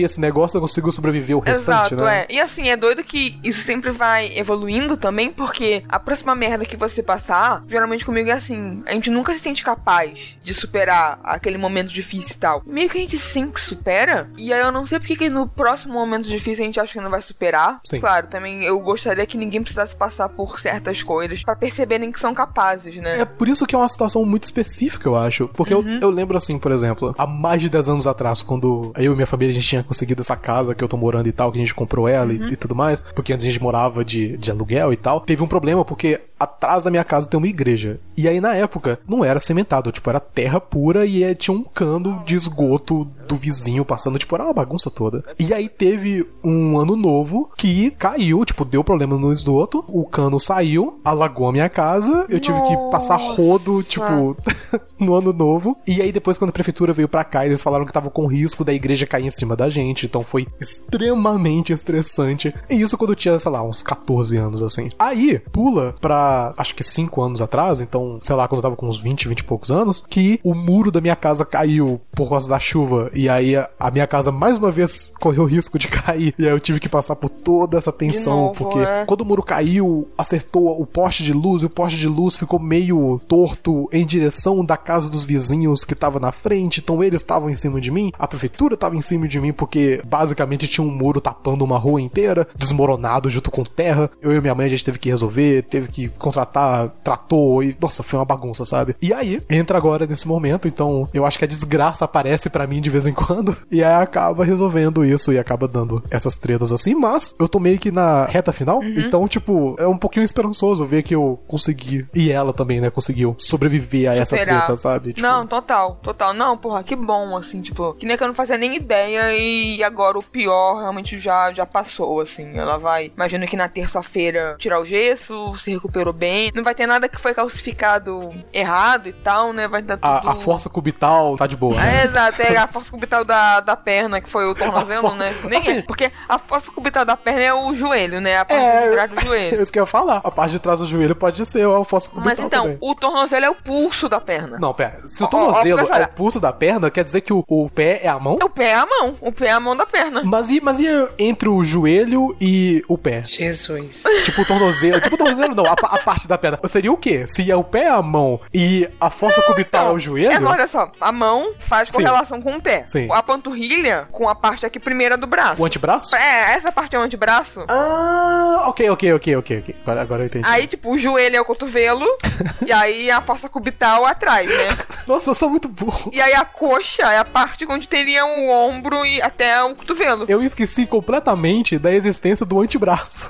sobrevivi a esse negócio, eu consigo sobreviver o restante, Exato, né? E assim, é doido que isso sempre vai evoluindo também, porque a próxima merda que você passar, geralmente comigo é assim, a gente nunca se sente capaz de superar aquele momento difícil e tal. Meio que a gente sempre supera, e aí eu não sei porque que no próximo momento difícil a gente acha que não vai superar. Sim. Claro, também eu gostaria que ninguém precisasse passar por certas coisas pra perceberem que são capazes, né? É por isso que é uma situação muito específica, eu acho. Porque eu lembro assim, por exemplo, há mais de 10 anos atrás, quando eu e minha família, a gente tinha conseguido essa casa que eu tô morando e tal, que a gente comprou ela e tudo mais, porque antes a gente morava de aluguel e tal, teve um problema porque atrás da minha casa tem uma igreja. E aí, na época, não era cimentado, tipo, era terra pura e tinha um cano de esgoto do vizinho passando, tipo, era uma bagunça toda. E aí teve um ano novo que caiu, tipo, deu problema no esgoto, o cano saiu, alagou a minha casa, eu tive que passar rodo, tipo, no ano novo. E aí depois, quando a prefeitura veio pra cá, eles falaram que tava com risco da igreja cair em cima da gente, então foi extremamente estressante. E isso quando eu tinha, sei lá, uns 14 anos, assim. Aí, pula pra, acho que 5 anos atrás, então, sei lá, quando eu tava com uns 20 e poucos anos, que o muro da minha casa caiu por causa da chuva, e aí a minha casa mais uma vez correu risco de cair, e aí eu tive que passar por toda essa tensão, novo, porque quando o muro caiu, acertou o poste de luz, e o poste de luz ficou meio torto em direção da casa dos vizinhos que tava na frente, então eles estavam em cima de mim, a prefeitura tava em cima de mim, porque basicamente tinha um muro tapando uma rua inteira, desmoronado junto com terra. Eu e minha mãe, a gente teve que resolver, teve que contratar trator, e nossa, foi uma bagunça, sabe? E aí, entra agora nesse momento, então eu acho que a desgraça aparece pra mim de vez em quando, e aí acaba resolvendo isso e acaba dando essas tretas assim, mas eu tô meio que na reta final, então, tipo, é um pouquinho esperançoso ver que eu consegui, e ela também, né, conseguiu sobreviver a essa treta, sabe? Tipo, não, total. Não, porra, que bom, assim, tipo, que nem que eu não fazia nem ideia e agora o pior realmente já passou, assim. Ela vai, imagino que na terça-feira tirar o gesso, se recuperou bem, não vai ter nada que foi calcificado errado e tal, né? Vai dar tudo... A força cubital tá de boa. Exato, a força cubital da perna, que foi o tornozelo, né? Nem assim, porque a força cubital da perna é o joelho, né? A parte de trás do joelho. É isso que eu ia falar. A parte de trás do joelho pode ser a força cubital. Mas então, também. o tornozelo é o pulso da perna. Não, pera. Se o tornozelo é o pulso da perna, quer dizer que o pé é a mão? O pé é a mão. O pé é a mão da perna. Mas e entre o joelho e o pé? Jesus. Tipo o tornozelo. Tipo o tornozelo não, a parte da perna. Seria o quê? Se o pé é a mão e a força cubital é o joelho? Olha só. A mão faz correlação com o pé. Sim. A panturrilha com a parte aqui primeira do braço. O antebraço? Essa parte é o antebraço. Ah, ok. Agora eu entendi. Aí, tipo, o joelho é o cotovelo e aí a força cubital atrás, né? Nossa, eu sou muito burro. E aí a coxa é a parte onde teria o ombro e até o cotovelo. Eu esqueci completamente da existência do antebraço.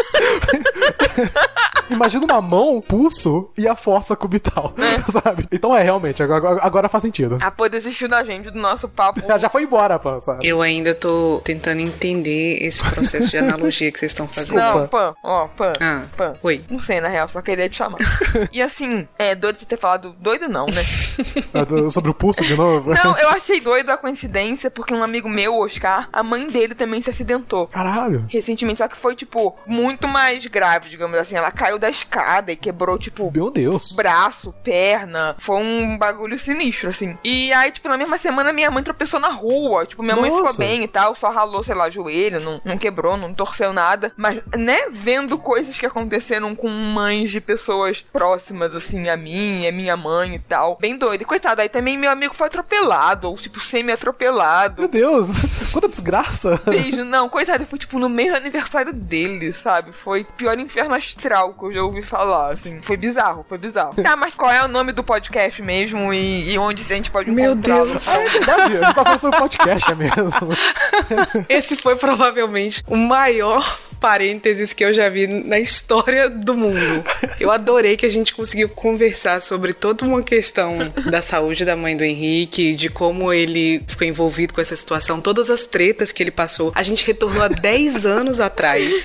Imagina uma mão, pulso e a força cubital, sabe? Então realmente, agora faz sentido. A Pã desistiu da gente, do nosso papo. Já foi embora, Pã, sabe? Eu ainda tô tentando entender esse processo de analogia que vocês estão fazendo. Não, Pã, Pã. Pã. Oi. Não sei, na real, só queria te chamar. E assim, doido você ter falado... Doido não, né? Sobre o pulso de novo? Não, eu achei doido a coincidência, porque um amigo meu, Oscar, a mãe dele também se acidentou. Caralho. Recentemente, só que foi, tipo, muito mais grave, digamos assim. Ela caiu da escada e quebrou, tipo... Meu Deus. Braço, perna. Foi um bagulho sinistro, assim. E aí, tipo, na mesma semana, minha mãe tropeçou na rua. Tipo, minha mãe ficou bem e tal. Só ralou, sei lá, joelho. Não quebrou, não torceu nada. Mas, né, vendo coisas que aconteceram com mães de pessoas próximas, assim, a mim, a minha mãe e tal. Bem doido. E coitado, aí também meu amigo foi atropelado. Ou, tipo, semi-atropelado. Meu Deus. Quanta desgraça. Beijo. Não, coitado, foi, tipo, no mês do aniversário dele, sabe? Foi o pior inferno astral que eu já ouvi falar, assim. Foi bizarro. Tá, mas qual é o nome do podcast mesmo e onde a gente pode encontrar? Meu Deus. É verdade, a gente tá falando sobre podcast, é mesmo. Esse foi provavelmente o maior parênteses que eu já vi na história do mundo. Eu adorei que a gente conseguiu conversar sobre toda uma questão da saúde da mãe do Henrique, de como ele ficou envolvido com essa situação, todas as tretas que ele passou. A gente retornou há 10 anos atrás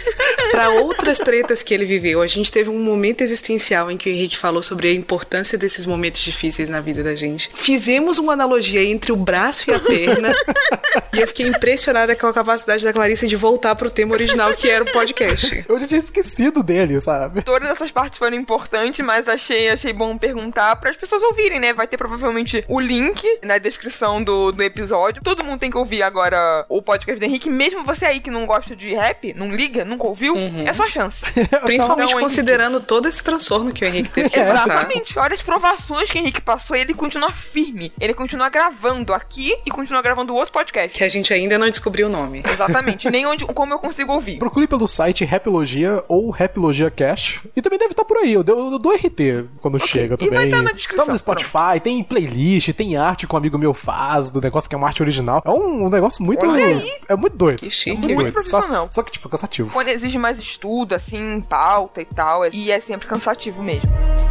Pra outras tretas que ele viveu, a gente teve um momento existencial em que o Henrique falou sobre a importância desses momentos difíceis na vida da gente. Fizemos uma analogia entre o braço e a perna e eu fiquei impressionada com a capacidade da Clarice de voltar pro tema original, que era o podcast. Eu já tinha esquecido dele, sabe? Todas essas partes foram importantes, mas achei bom perguntar para as pessoas ouvirem, né? Vai ter provavelmente o link na descrição do episódio. Todo mundo tem que ouvir agora o podcast do Henrique, mesmo você aí que não gosta de rap, não liga, nunca ouviu, é sua chance. Principalmente Então, considerando Henrique, todo esse transtorno que o Henrique teve que passar. exatamente, olha as provações que o Henrique passou e ele continua firme. Ele continua gravando aqui e continua gravando outro podcast. Que a gente ainda não descobriu o nome. Exatamente, nem como eu consigo ouvir. Procure pelo site Raplogia ou Raplogia Cash. E também deve estar por aí. Eu dou RT quando chega também. E vai estar na descrição. Tá no Spotify, tem playlist, tem arte que um amigo meu faz do negócio que é uma arte original. É um negócio muito... Olha aí. É muito doido. Que chique. É muito doido. Profissional. Só que, tipo, é cansativo. Quando exige mais estudo, assim, pauta e tal, e é sempre cansativo mesmo.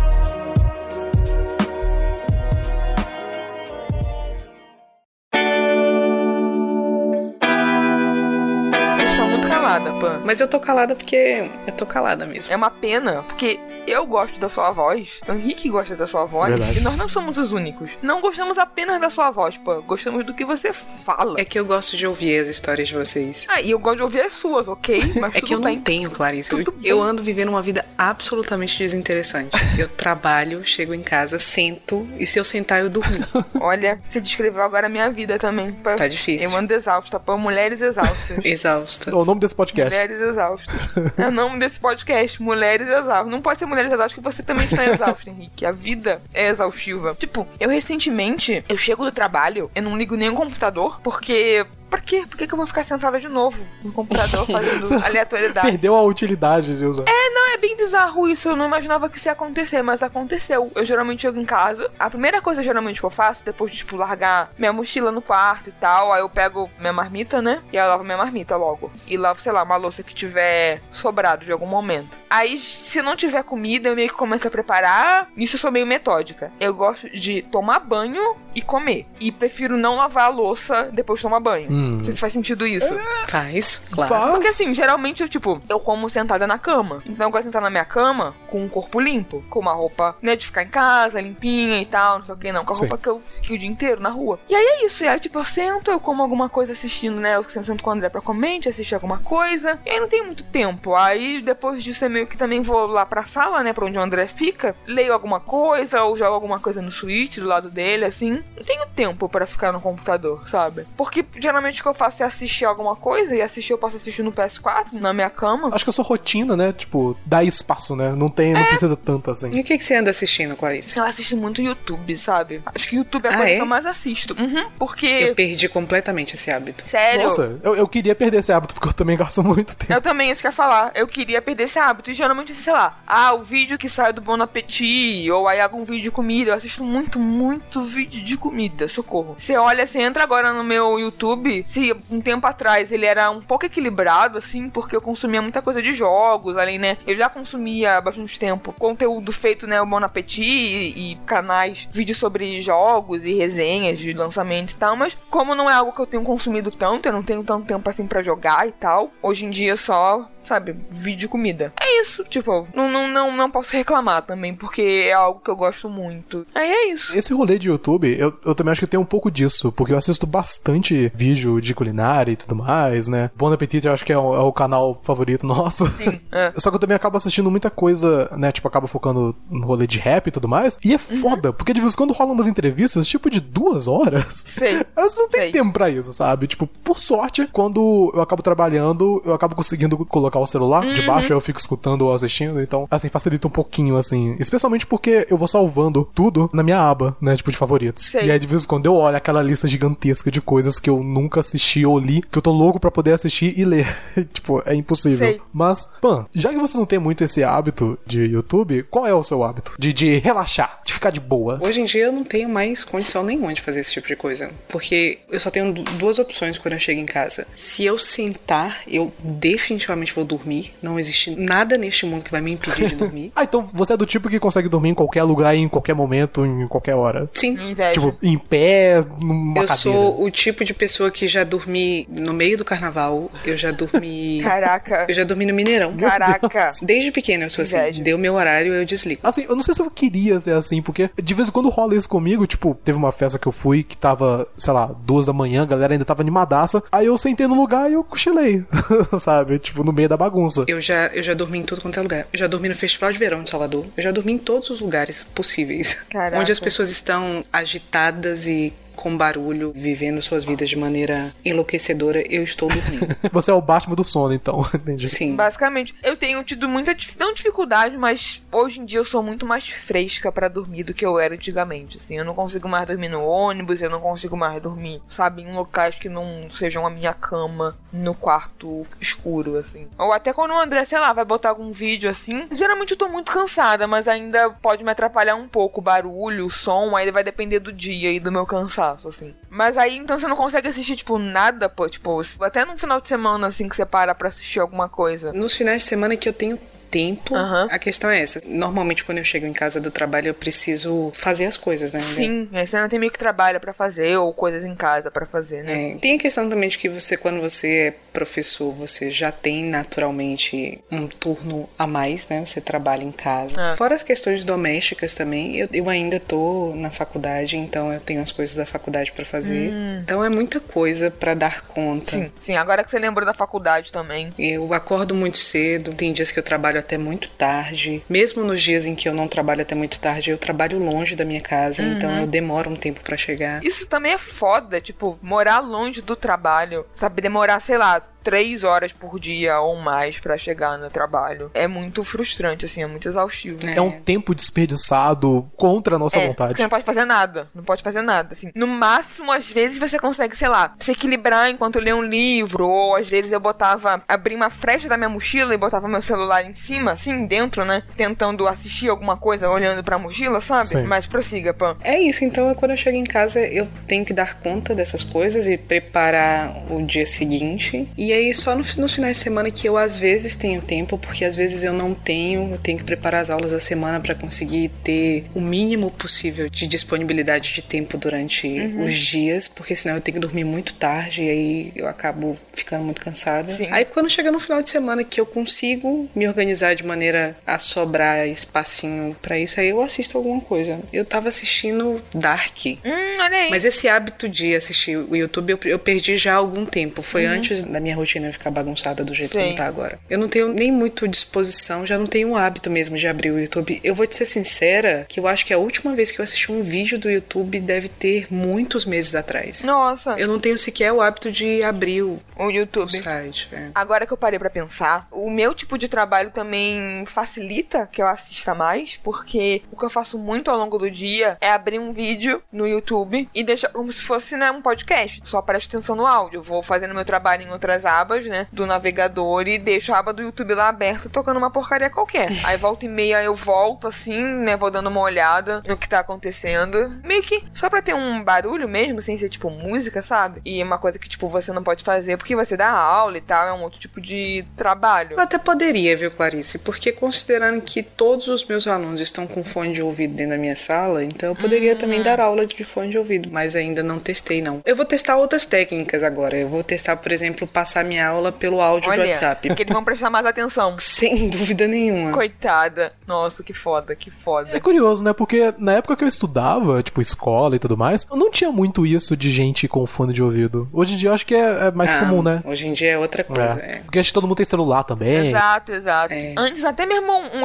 Você está muito calada, Pan. Mas eu tô calada porque eu tô calada mesmo. É uma pena, porque eu gosto da sua voz, o Henrique gosta da sua voz, Verdade. e nós não somos os únicos. Não gostamos apenas da sua voz, Pan. Gostamos do que você fala. É que eu gosto de ouvir as histórias de vocês. Ah, e eu gosto de ouvir as suas, ok? Mas É tudo que eu bem. não tenho, Clarice. Tudo Eu bem. ando vivendo uma vida absolutamente desinteressante. Eu trabalho, chego em casa, sento, e se eu sentar, eu durmo. Olha, você descreveu agora a minha vida também. Pan. Tá difícil. Eu ando exausta, Pan. Mulheres exaustas. Exausta. O nome desse podcast. Mulheres exaustas. É o nome desse podcast, Mulheres Exaustas. Não pode ser Mulheres Exaustas, que você também está exausto, Henrique. A vida é exaustiva. Tipo, eu recentemente, eu chego do trabalho, eu não ligo nem o computador, porque... Pra quê? Por que eu vou ficar sentada de novo no computador fazendo aleatoriedade? Perdeu a utilidade de usar. Não, é bem bizarro isso. Eu não imaginava que isso ia acontecer, mas aconteceu. Eu geralmente chego em casa. A primeira coisa geralmente que eu faço, depois de, tipo, largar minha mochila no quarto e tal, aí eu pego minha marmita, né? E aí eu lavo minha marmita logo. E lavo, sei lá, uma louça que tiver sobrado de algum momento. Aí, se não tiver comida, eu meio que começo a preparar. Nisso eu sou meio metódica. Eu gosto de tomar banho e comer. E prefiro não lavar a louça depois de tomar banho. Não sei se faz sentido isso. Faz, claro. Faz. Porque assim, geralmente eu como sentada na cama. Então eu gosto de sentar na minha cama com o corpo limpo. Com uma roupa, né, de ficar em casa, limpinha e tal, não sei o que, não. Com a Sim. roupa que eu fiquei o dia inteiro na rua. E aí é isso. E aí, tipo, eu sento, eu como alguma coisa assistindo, né? Eu sento com o André pra comer, a gente assiste alguma coisa. E aí não tem muito tempo. Aí depois disso eu meio que também vou lá pra sala, né? Pra onde o André fica. Leio alguma coisa ou jogo alguma coisa no Switch do lado dele, assim. Não tenho tempo pra ficar no computador, sabe? Porque geralmente o que eu faço é assistir alguma coisa. E assistir eu posso assistir no PS4, na minha cama. Acho que a sua rotina, né? Tipo, dá espaço, né? Não precisa tanto assim. E o que você anda assistindo, Clarice? Eu assisto muito YouTube, sabe? Acho que YouTube é a Ah, coisa é? que eu mais assisto. Porque... Eu perdi completamente esse hábito. Sério? Nossa, eu queria perder esse hábito, porque eu também gasto muito tempo. Eu também, isso que eu ia falar. Eu queria perder esse hábito. E geralmente, sei lá, o vídeo que sai do Bon Appetit, ou aí algum vídeo de comida. Eu assisto muito vídeo de comida, socorro. Você olha, você entra agora no meu YouTube. Se um tempo atrás ele era um pouco equilibrado, assim, porque eu consumia muita coisa de jogos, além, né? Eu já consumia há bastante tempo conteúdo feito, né, o Bon Appetit e canais, vídeos sobre jogos e resenhas de lançamento e tal, mas como não é algo que eu tenho consumido tanto, eu não tenho tanto tempo assim pra jogar e tal, hoje em dia só, sabe, vídeo de comida. É isso, tipo, não posso reclamar também, porque é algo que eu gosto muito. Aí é isso. Esse rolê de YouTube, eu também acho que tem um pouco disso, porque eu assisto bastante vídeo de culinária e tudo mais, né? Bon Appetit eu acho que é o canal favorito nosso. Sim, é. Só que eu também acabo assistindo muita coisa, né? Tipo, acabo focando no rolê de rap e tudo mais. E é foda, porque de vez em quando rolam umas entrevistas, tipo, de 2 horas. Sei. Eu não tenho Sei. tempo pra isso, sabe? Tipo, por sorte, quando eu acabo trabalhando, eu acabo conseguindo colocar o celular debaixo, eu fico escutando ou assistindo. Então, assim, facilita um pouquinho, assim. Especialmente porque eu vou salvando tudo na minha aba, né? Tipo, de favoritos. Sei. E aí, de vez em quando, eu olho aquela lista gigantesca de coisas que eu nunca assisti ou li, que eu tô louco pra poder assistir e ler. Tipo, é impossível. Sei. Mas, Pan, já que você não tem muito esse hábito de YouTube, qual é o seu hábito? De relaxar, de ficar de boa. Hoje em dia eu não tenho mais condição nenhuma de fazer esse tipo de coisa. Porque eu só tenho 2 opções quando eu chego em casa. Se eu sentar, eu definitivamente vou dormir. Não existe nada neste mundo que vai me impedir de dormir. Então você é do tipo que consegue dormir em qualquer lugar, em qualquer momento, em qualquer hora? Sim. Inveja. Tipo, em pé, numa Eu cadeira. sou o tipo de pessoa que já dormi no meio do carnaval. Eu já dormi... Caraca. Eu já dormi no Mineirão. Caraca. Desde pequena eu sou assim. Inveja. Deu meu horário, eu desligo. Assim, eu não sei se eu queria ser assim, porque de vez em quando rola isso comigo. Tipo, teve uma festa que eu fui que tava, sei lá, 2 da manhã, a galera ainda tava animadaça. Aí eu sentei no lugar e eu cochilei, sabe? Tipo, no meio da bagunça. Eu já dormi em tudo quanto é lugar. Eu já dormi no Festival de Verão de Salvador. Eu já dormi em todos os lugares possíveis. Caraca. Onde as pessoas estão agitadas e com barulho, vivendo suas vidas de maneira enlouquecedora, eu estou dormindo. Você é o Batman do sono, então. Entendi. Sim. Basicamente, eu tenho tido muita, não dificuldade, mas hoje em dia eu sou muito mais fresca pra dormir do que eu era antigamente, assim. Eu não consigo mais dormir no ônibus, eu não consigo mais dormir, sabe, em locais que não sejam a minha cama, no quarto escuro, assim. Ou até quando o André, sei lá, vai botar algum vídeo, assim, geralmente eu tô muito cansada, mas ainda pode me atrapalhar um pouco o barulho, o som, aí vai depender do dia e do meu cansaço, assim. Mas aí, então, você não consegue assistir, tipo, nada, pô, tipo, até num final de semana, assim, que você para pra assistir alguma coisa. Nos finais de semana que eu tenho tempo, a questão é essa. Normalmente, quando eu chego em casa do trabalho, eu preciso fazer as coisas, né? Sim, você ainda tem meio que trabalho pra fazer, ou coisas em casa pra fazer, né? Tem a questão também de que você, quando você é professor, você já tem naturalmente um turno a mais, né? Você trabalha em casa. Fora as questões domésticas também, eu ainda tô na faculdade, então eu tenho as coisas da faculdade pra fazer. Então é muita coisa pra dar conta. Sim, agora que você lembrou da faculdade também. Eu acordo muito cedo, tem dias que eu trabalho até muito tarde. Mesmo nos dias em que eu não trabalho até muito tarde, eu trabalho longe da minha casa, então eu demoro um tempo pra chegar. Isso também é foda, tipo, morar longe do trabalho, sabe? Demorar, sei lá, 3 horas por dia ou mais pra chegar no trabalho. É muito frustrante, assim, é muito exaustivo. É um tempo desperdiçado contra a nossa vontade. Você não pode fazer nada. Não pode fazer nada, assim. No máximo, às vezes, você consegue, sei lá, se equilibrar enquanto lê um livro, ou às vezes eu abria uma fresta da minha mochila e botava meu celular em cima, assim, dentro, né? Tentando assistir alguma coisa, olhando pra mochila, sabe? Sim. Mas prossiga, Pan. É isso, então quando eu chego em casa, eu tenho que dar conta dessas coisas e preparar o dia seguinte. E aí, só nos finais de semana que eu, às vezes, tenho tempo, porque às vezes eu não tenho, eu tenho que preparar as aulas da semana pra conseguir ter o mínimo possível de disponibilidade de tempo durante os dias, porque senão eu tenho que dormir muito tarde e aí eu acabo ficando muito cansada. Sim. Aí, quando chega no final de semana que eu consigo me organizar de maneira a sobrar espacinho pra isso, aí eu assisto alguma coisa. Eu tava assistindo Dark. Olha aí. Mas esse hábito de assistir o YouTube eu perdi já há algum tempo. Foi antes da minha rotina ficar bagunçada do jeito que tá agora. Eu não tenho nem muito disposição, já não tenho o hábito mesmo de abrir o YouTube. Eu vou te ser sincera, que eu acho que a última vez que eu assisti um vídeo do YouTube deve ter muitos meses atrás. Nossa. Eu não tenho sequer o hábito de abrir o YouTube. site. Agora que eu parei pra pensar, o meu tipo de trabalho também facilita que eu assista mais, porque o que eu faço muito ao longo do dia é abrir um vídeo no YouTube e deixar como se fosse, né, um podcast. Só presto atenção no áudio. Eu vou fazendo meu trabalho em outras abas, né, do navegador e deixo a aba do YouTube lá aberta tocando uma porcaria qualquer. Aí volta e meia eu volto assim, né, vou dando uma olhada no que tá acontecendo. Meio que só pra ter um barulho mesmo, sem ser tipo música, sabe? E é uma coisa que tipo você não pode fazer porque você dá aula e tal, é um outro tipo de trabalho. Eu até poderia, viu, Clarice? Porque considerando que todos os meus alunos estão com fone de ouvido dentro da minha sala, então eu poderia também dar aula de fone de ouvido, mas ainda não testei, não. Eu vou testar outras técnicas agora. Eu vou testar, por exemplo, passar minha aula pelo áudio de WhatsApp. Porque eles vão prestar mais atenção. Sem dúvida nenhuma. Coitada. Nossa, que foda, que foda. É curioso, né? Porque na época que eu estudava, tipo, escola e tudo mais, eu não tinha muito isso de gente com fone de ouvido. Hoje em dia eu acho que é mais comum, né? Hoje em dia é outra coisa. Porque acho que todo mundo tem celular também. Exato. Antes até mesmo um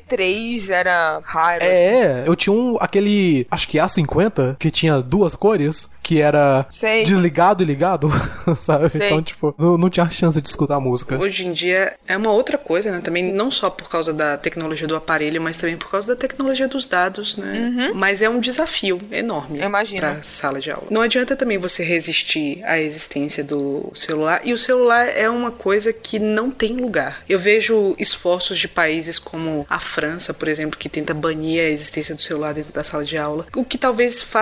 MP3 era raro. Eu tinha aquele, acho que A50, que tinha 2 cores, que era desligado e ligado, sabe? Então, tipo, não tinha chance de escutar a música. Hoje em dia é uma outra coisa, né? Também não só por causa da tecnologia do aparelho, mas também por causa da tecnologia dos dados, né? Mas é um desafio enorme pra sala de aula. Não adianta também você resistir à existência do celular, e o celular é uma coisa que não tem lugar. Eu vejo esforços de países como a França, por exemplo, que tenta banir a existência do celular dentro da sala de aula, o que talvez faça sentido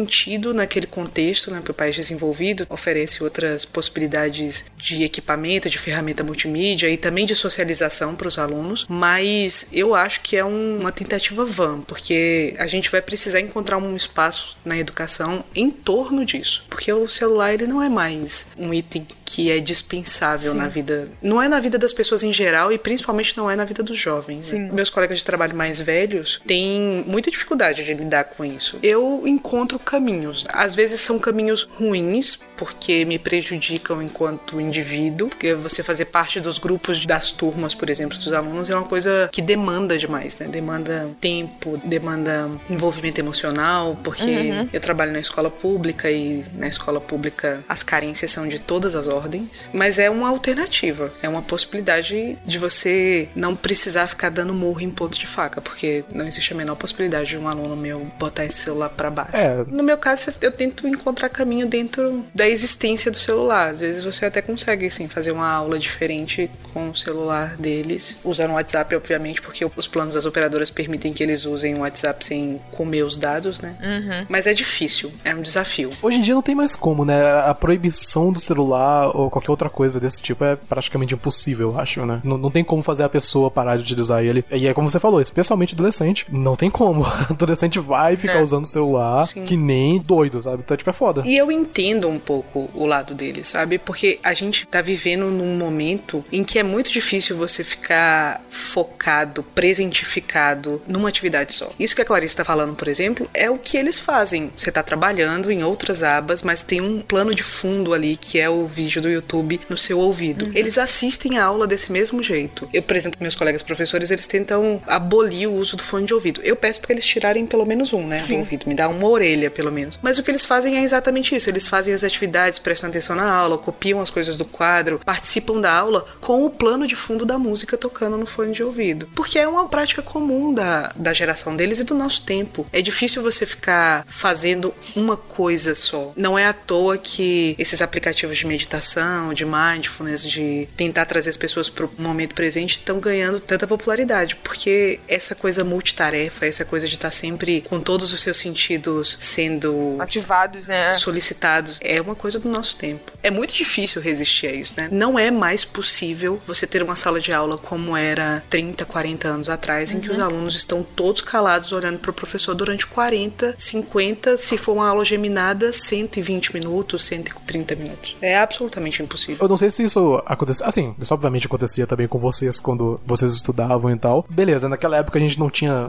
sentido naquele contexto, né, para o país desenvolvido, oferece outras possibilidades de equipamento, de ferramenta multimídia e também de socialização para os alunos, mas eu acho que é uma tentativa vã, porque a gente vai precisar encontrar um espaço na educação em torno disso, porque o celular ele não é mais um item que é dispensável na vida, não é na vida das pessoas em geral e principalmente não é na vida dos jovens. Né? Meus colegas de trabalho mais velhos têm muita dificuldade de lidar com isso. Eu encontro caminhos, às vezes são caminhos ruins, porque me prejudicam enquanto indivíduo, porque você fazer parte dos grupos das turmas, por exemplo, dos alunos, é uma coisa que demanda demais, né? Demanda tempo, demanda envolvimento emocional, porque eu trabalho na escola pública e na escola pública as carências são de todas as ordens, mas é uma alternativa, é uma possibilidade de você não precisar ficar dando murro em ponto de faca, porque não existe a menor possibilidade de um aluno meu botar esse celular pra baixo. No meu caso, eu tento encontrar caminho dentro da existência do celular. Às vezes você até consegue, assim, fazer uma aula diferente com o celular deles, usando o WhatsApp, obviamente, porque os planos das operadoras permitem que eles usem o WhatsApp sem comer os dados, né? Mas é difícil, é um desafio. Hoje em dia não tem mais como, né? A proibição do celular ou qualquer outra coisa desse tipo é praticamente impossível, eu acho, né? Não tem como fazer a pessoa parar de utilizar ele. E é como você falou, especialmente adolescente, não tem como. Adolescente vai ficar usando o celular que nem doido, sabe? Então, tipo, é foda. E eu entendo um pouco o lado dele, sabe? Porque a gente tá vivendo num momento em que é muito difícil você ficar focado, presentificado numa atividade só. Isso que a Clarice tá falando, por exemplo, é o que eles fazem. Você tá trabalhando em outras abas, mas tem um plano de fundo ali, que é o vídeo do YouTube no seu ouvido. Eles assistem a aula desse mesmo jeito. Eu, por exemplo, meus colegas professores, eles tentam abolir o uso do fone de ouvido. Eu peço pra eles tirarem pelo menos um, né? Do ouvido. Me dá uma orelha, pelo menos. Mas o que eles fazem é exatamente isso. Eles fazem as atividades, prestam atenção na aula, copiam as coisas do quadro, participam da aula com o plano de fundo da música tocando no fone de ouvido. Porque é uma prática comum da geração deles e do nosso tempo. É difícil você ficar fazendo uma coisa só. Não é à toa que esses aplicativos de meditação, de mindfulness, de tentar trazer as pessoas pro momento presente estão ganhando tanta popularidade, porque essa coisa multitarefa, essa coisa de estar sempre com todos os seus sentidos sendo ativados, né? Solicitados, é uma coisa do nosso tempo. É muito difícil resistir a isso, né? Não é mais possível você ter uma sala de aula como era 30, 40 anos atrás, em que os alunos estão todos calados olhando pro professor durante 40, 50, se for uma aula geminada, 120 minutos, 130 minutos. É absolutamente impossível. Eu não sei se isso acontecia, assim, isso obviamente acontecia também com vocês quando vocês estudavam e tal. Beleza, naquela época a gente não tinha,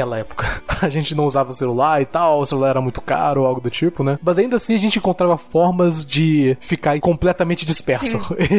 a gente não usava o celular e tal, o celular era muito caro ou algo do tipo, né? Mas ainda assim a gente encontrava formas de ficar completamente disperso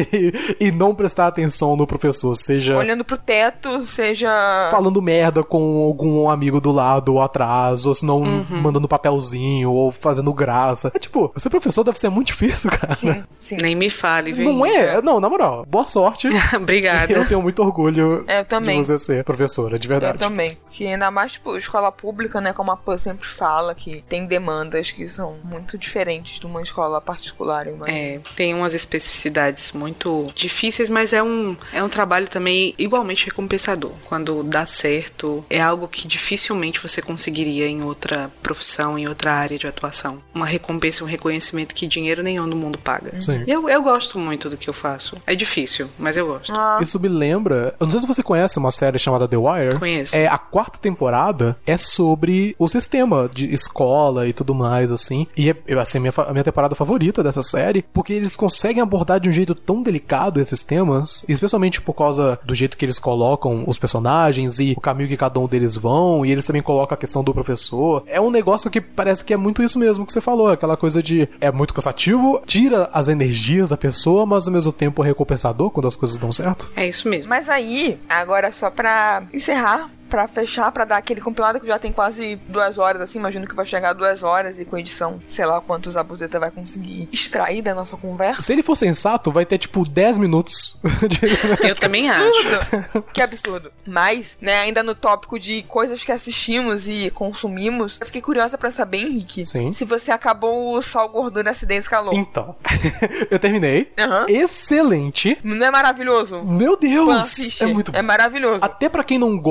e não prestar atenção no professor, seja olhando pro teto, seja falando merda com algum amigo do lado ou atrás, ou se não mandando papelzinho ou fazendo graça. É tipo, ser professor deve ser muito difícil, cara. Sim. Nem me fale, viu? Não é? Não, na moral, boa sorte. Obrigada. Eu tenho muito orgulho de você ser professora, de verdade. Eu também. Que ainda mais, tipo, escola pública, né, como a Pan sempre fala, que tem demandas que são muito diferentes de uma escola particular, eu imagino. Tem umas especificidades muito difíceis, mas é um trabalho também igualmente recompensador. Quando dá certo, é algo que dificilmente você conseguiria em outra profissão, em outra área de atuação. Uma recompensa, um reconhecimento que dinheiro nenhum no mundo paga. Sim. Eu gosto muito do que eu faço. É difícil, mas eu gosto. Isso me lembra, eu não sei se você conhece uma série chamada The Wire. Conheço. A 4ª temporada é sobre o sistema de escola e tudo mais, assim. E é assim, a minha temporada favorita dessa série, porque eles conseguem abordar de um jeito tão delicado esses temas, especialmente por causa do jeito que eles colocam os personagens e o caminho que cada um deles vão, e eles também colocam a questão do professor. É um negócio que parece que é muito isso mesmo que você falou, aquela coisa de é muito cansativo, tira as energias da pessoa, mas ao mesmo tempo é recompensador quando as coisas dão certo. É isso mesmo. Mas aí, agora só pra encerrar, pra fechar, pra dar aquele compilado que já tem quase 2 horas, assim, imagino que vai chegar a 2 horas e com edição, sei lá quantos a Buzeta vai conseguir extrair da nossa conversa. Se ele for sensato, vai ter tipo 10 minutos. Eu também acho. Que absurdo. Mas, né, ainda no tópico de coisas que assistimos e consumimos, eu fiquei curiosa pra saber, Henrique, se você acabou o Sal, Gordura, Acidez e Calor. Então, eu terminei. Excelente. Não é maravilhoso? Meu Deus! É muito bom. É maravilhoso. Até pra quem não gosta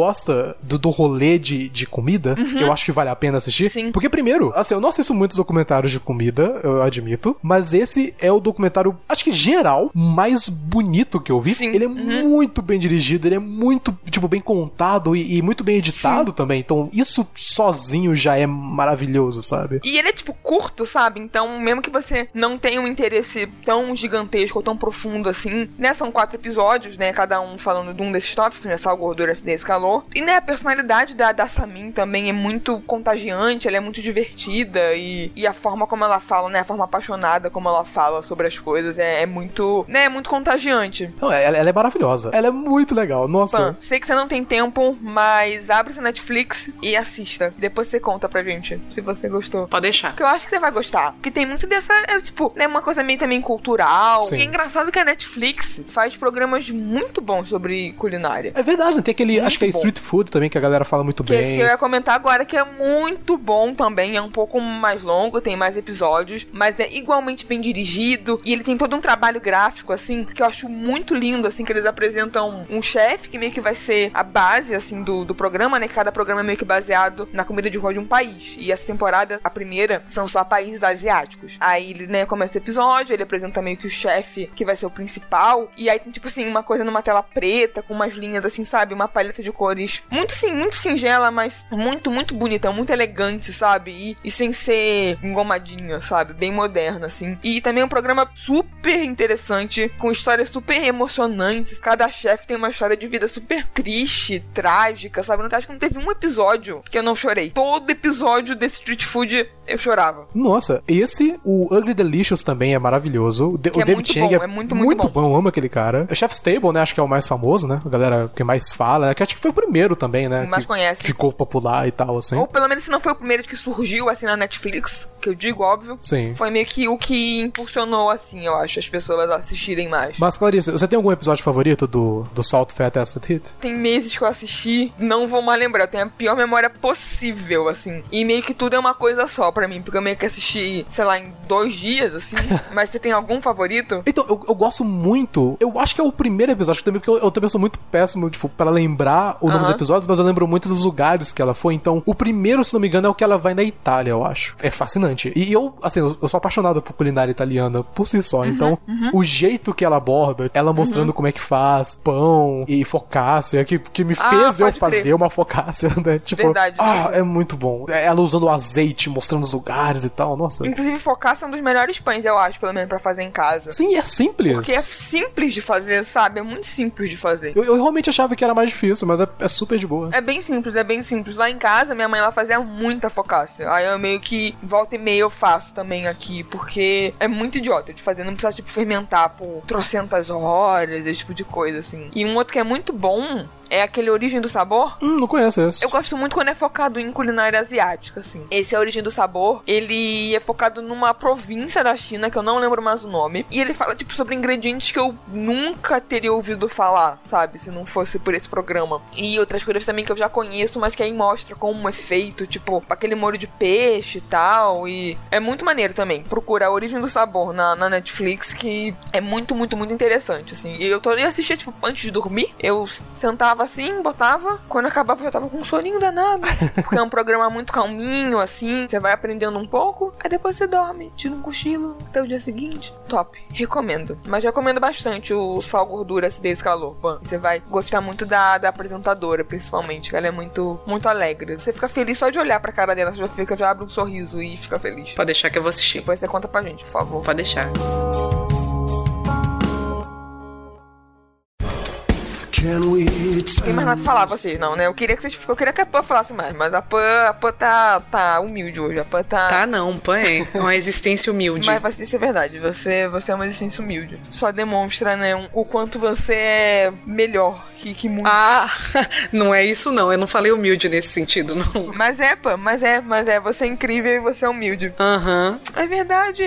do rolê de comida, eu acho que vale a pena assistir. Sim. Porque, primeiro, assim, eu não assisto muitos documentários de comida, eu admito, mas esse é o documentário, acho que geral, mais bonito que eu vi. Sim. Ele é muito bem dirigido, ele é muito, tipo, bem contado e muito bem editado também. Então, isso sozinho já é maravilhoso, sabe? E ele é, tipo, curto, sabe? Então, mesmo que você não tenha um interesse tão gigantesco ou tão profundo assim, né? São 4 episódios, né? Cada um falando de um desses tópicos, né? Sal, gordura, acidez, calor. E, né? A personalidade da Samin também é muito contagiante, ela é muito divertida e a forma como ela fala, né? A forma apaixonada como ela fala sobre as coisas é muito, né? É muito contagiante. Não, ela é maravilhosa. Ela é muito legal, nossa. Pan, sei que você não tem tempo, mas abre seu Netflix e assista. Depois você conta pra gente se você gostou. Pode deixar. Porque eu acho que você vai gostar. Porque tem muito dessa, tipo, é uma coisa meio também cultural. Sim. E é engraçado que a Netflix faz programas muito bons sobre culinária. É verdade, né? Tem aquele, Muito acho que é bom. Street Food também, que a galera fala muito Que esse bem. que eu ia comentar agora, que é muito bom também. É um pouco mais longo, tem mais episódios, mas é igualmente bem dirigido. E ele tem todo um trabalho gráfico, assim, que eu acho muito lindo, assim, que eles apresentam um chefe que meio que vai ser a base, assim, do programa, né? Que cada programa é meio que baseado na comida de rua de um país. E essa temporada, a primeira, são só países asiáticos. Aí ele, né, começa o episódio, ele apresenta meio que o chefe que vai ser o principal. E aí tem, tipo assim, uma coisa numa tela preta, com umas linhas, assim, sabe? Uma paleta de cores muito, assim, muito singela, mas muito, muito bonita, muito elegante, sabe? E sem ser engomadinha, sabe? Bem moderna, assim. E também é um programa super interessante, com histórias super emocionantes. Cada chefe tem uma história de vida super triste, trágica, sabe? Acho que não teve um episódio que eu não chorei. Todo episódio desse Street Food eu chorava. Nossa, o Ugly Delicious também é maravilhoso. O David Chang é muito bom. Eu amo aquele cara. O Chef's Table, né? Acho que é o mais famoso, né? A galera que mais fala, né? Que acho que foi o primeiro também, né? Mais conhece. Ficou popular e tal, assim. Ou pelo menos se não foi o primeiro que surgiu, assim, na Netflix, que eu digo, óbvio. Sim. Foi meio que o que impulsionou, assim, eu acho, as pessoas a assistirem mais. Mas, Clarice, você tem algum episódio favorito do Salt, Fat, Acid, Heat? Tem meses que eu assisti, não vou mais lembrar. Eu tenho a pior memória possível, assim. E meio que tudo é uma coisa só pra mim, porque eu meio que assisti, sei lá, em 2 dias, assim. Mas você tem algum favorito? Então, eu gosto muito. Eu acho que é o primeiro episódio também, porque eu também sou muito péssimo, tipo, pra lembrar o nome dos episódios, mas eu lembro muito dos lugares que ela foi. Então, o primeiro, se não me engano, é o que ela vai na Itália, eu acho. É fascinante. E eu, assim, eu sou apaixonado por culinária italiana por si só. Então, o jeito que ela aborda, ela mostrando como é que faz pão e focaccia, que me fez eu fazer uma focaccia, né? Tipo, verdade, é muito bom. Ela usando o azeite, mostrando os lugares e tal, nossa. Inclusive, focaccia é um dos melhores pães, eu acho, pelo menos, pra fazer em casa. Sim, é simples. Porque é simples de fazer, sabe? É muito simples de fazer. Eu realmente achava que era mais difícil, mas é super de boa. É bem simples, é bem simples. Lá em casa, minha mãe, ela fazia muita focaccia. Aí eu meio que volta e meia eu faço também aqui, porque é muito idiota de fazer. Não precisa, tipo, fermentar por trocentas horas, esse tipo de coisa, assim. E um outro que é muito bom é aquele Origem do Sabor. Não conheço esse. Eu gosto muito quando é focado em culinária asiática, assim. Esse é a Origem do Sabor. Ele é focado numa província da China, que eu não lembro mais o nome. E ele fala, tipo, sobre ingredientes que eu nunca teria ouvido falar, sabe? Se não fosse por esse programa. E outras coisas também que eu já conheço, mas que aí mostra como é feito, tipo, aquele molho de peixe e tal. E é muito maneiro também. Procura a Origem do Sabor na Netflix, que é muito, muito, muito interessante, assim. E eu assistia, tipo, antes de dormir. Eu sentava assim, botava. Quando acabava, eu já tava com um soninho danado. Porque é um programa muito calminho, assim. Você vai aprendendo um pouco, aí depois você dorme, tira um cochilo até o dia seguinte. Top. Recomendo. Mas recomendo bastante o Sal, Gordura, Acidez, Calor. Bom, você vai gostar muito da apresentadora, principalmente, que ela é muito, muito alegre. Você fica feliz só de olhar pra cara dela, você já abre um sorriso e fica feliz. Pode deixar que eu vou assistir. Depois você conta pra gente, por favor. Pode deixar. Tem mais nada pra falar, vocês, não, né? Eu queria que a Pan falasse mais, mas a Pan tá humilde hoje. A Pan tá... Tá não, Pan é uma existência humilde. Mas isso é verdade, você é uma existência humilde. Só demonstra, né, o quanto você é melhor que muito. Ah, não é isso não, eu não falei humilde nesse sentido, não. Mas é, Pan, mas é, você é incrível e você é humilde. Aham. É verdade.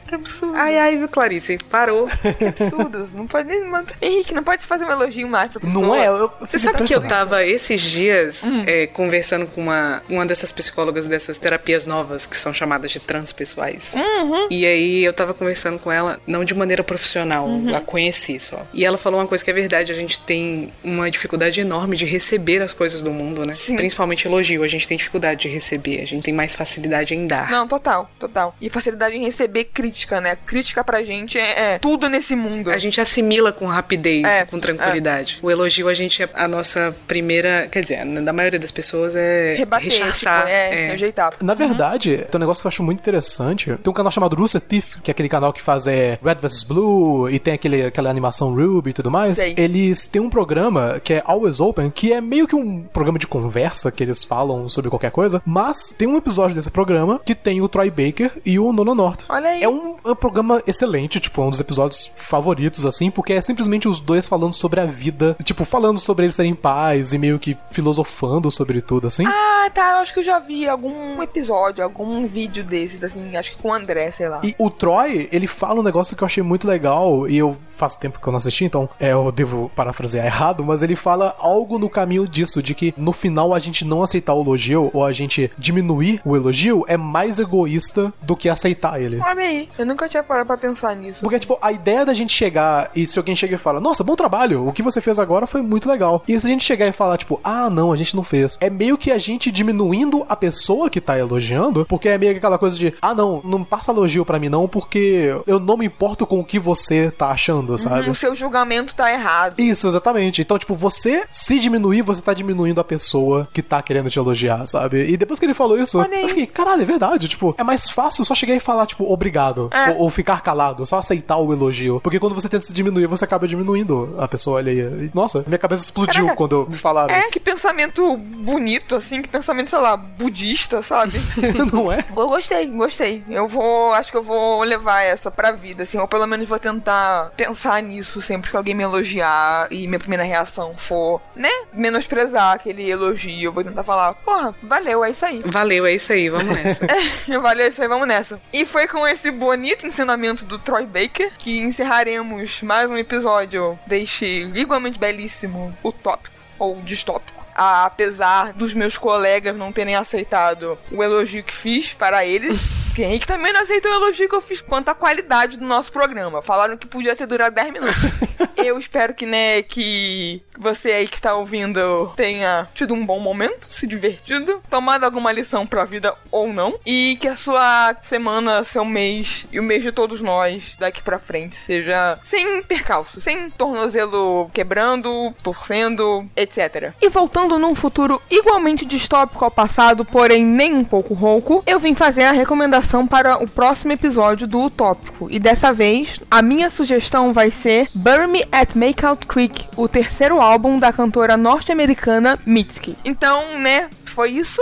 Que absurdo. Ai, viu, Clarice? Parou. Que absurdo. Não pode nem... Henrique, não pode fazer um elogio mais pra pessoa. Não é? Você sabe que eu tava esses dias conversando com uma dessas psicólogas dessas terapias novas que são chamadas de transpessoais. E aí eu tava conversando com ela, não de maneira profissional, a conheci só. E ela falou uma coisa que é verdade, a gente tem uma dificuldade enorme de receber as coisas do mundo, né? Sim. Principalmente elogio, a gente tem dificuldade de receber, a gente tem mais facilidade em dar. Não, total. E facilidade em receber crítica, né? Crítica pra gente é tudo nesse mundo. A gente assimila com rapidez, com tranquilidade. O elogio, a gente, a nossa primeira... Quer dizer, da maioria das pessoas é rebater, rechaçar. Tipo, rejeitar. Na verdade, tem um negócio que eu acho muito interessante. Tem um canal chamado Rooster Teeth, que é aquele canal que faz Red vs Blue, e tem aquela animação Ruby e tudo mais. Sei. Eles têm um programa que é Always Open, que é meio que um programa de conversa, que eles falam sobre qualquer coisa, mas tem um episódio desse programa que tem o Troy Baker e o Nolan North. Olha aí. É um programa excelente, tipo, um dos episódios favoritos, assim, porque é simplesmente os dois falando sobre a vida, tipo, falando sobre eles serem pais e meio que filosofando sobre tudo, assim. Ah, tá, eu acho que eu já vi algum episódio, algum vídeo desses, assim, acho que com o André, sei lá. E o Troy, ele fala um negócio que eu achei muito legal, e eu faz tempo que eu não assisti, então eu devo parafrasear errado, mas ele fala algo no caminho disso, de que no final a gente não aceitar o elogio, ou a gente diminuir o elogio, é mais egoísta do que aceitar ele. Olha aí, eu nunca tinha parado pra pensar nisso. Porque, tipo, a ideia da gente chegar, e se alguém chega e fala, nossa, bom trabalho, o que você fez agora foi muito legal. E se a gente chegar e falar, tipo, ah, não, a gente não fez. É meio que a gente diminuindo a pessoa que tá elogiando, porque é meio que aquela coisa de, ah, não passa elogio pra mim não, porque eu não me importo com o que você tá achando, sabe? O seu julgamento tá errado. Isso, exatamente. Então, tipo, você se diminuir, você tá diminuindo a pessoa que tá querendo te elogiar, sabe? E depois que ele falou isso, eu fiquei, caralho, é verdade. Tipo, é mais fácil só chegar e falar, tipo, obrigado. Ou ficar calado, só aceitar o elogio. Porque quando você tenta se diminuir, você acaba diminuindo a pessoa alheia. E, nossa, minha cabeça explodiu quando me falaram isso. Que pensamento bonito, assim, que pensamento, sei lá, budista, sabe? Não é? Eu gostei. Acho que eu vou levar essa pra vida, assim, ou pelo menos vou tentar pensar nisso sempre que alguém me elogiar e minha primeira reação for, né, menosprezar aquele elogio. Eu vou tentar falar, porra, valeu, é isso aí. Valeu, é isso aí, vamos nessa. Valeu, é isso aí, vamos nessa. E foi com esse bonito ensinamento do Troy Baker que encerraremos mais um episódio deste igualmente belíssimo utópico ou distópico. Apesar dos meus colegas não terem aceitado o elogio que fiz para eles, que Henrique também não aceitou o elogio que eu fiz quanto à qualidade do nosso programa. Falaram que podia ter durado 10 minutos. Eu espero que, né, que você aí que está ouvindo tenha tido um bom momento, se divertido, tomado alguma lição pra vida ou não, e que a sua semana, seu mês e o mês de todos nós daqui pra frente seja sem percalço, sem tornozelo quebrando, torcendo, etc. E voltando num futuro igualmente distópico ao passado, porém nem um pouco rouco, eu vim fazer a recomendação para o próximo episódio do Utópico. E dessa vez, a minha sugestão vai ser Bury Me at Makeout Creek, o terceiro álbum da cantora norte-americana Mitski. Então, né, foi isso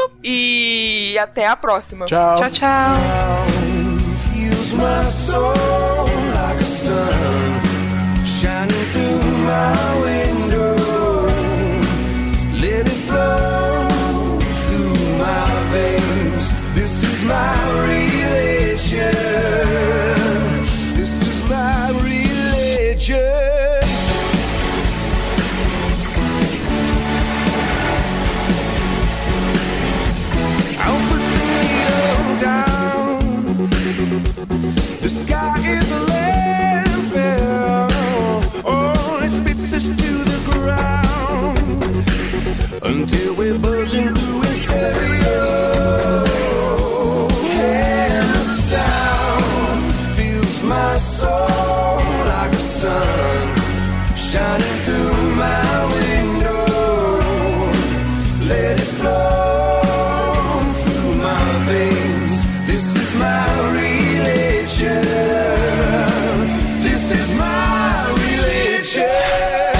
e até a próxima. Tchau. Tchau, tchau. Let it flow through my veins. This is my religion. This is my religion. I'll put the needle down. The sky is a landfill. Oh, it spits us to the ground. Until we're buzzing through a stereo, and the sound fills my soul like a sun shining through my window. Let it flow through my veins. This is my religion. This is my religion.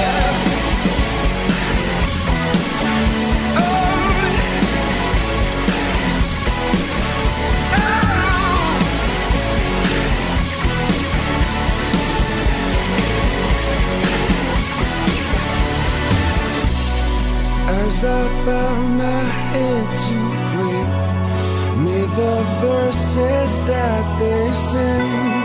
As I bow my head to pray, may the verses that they sing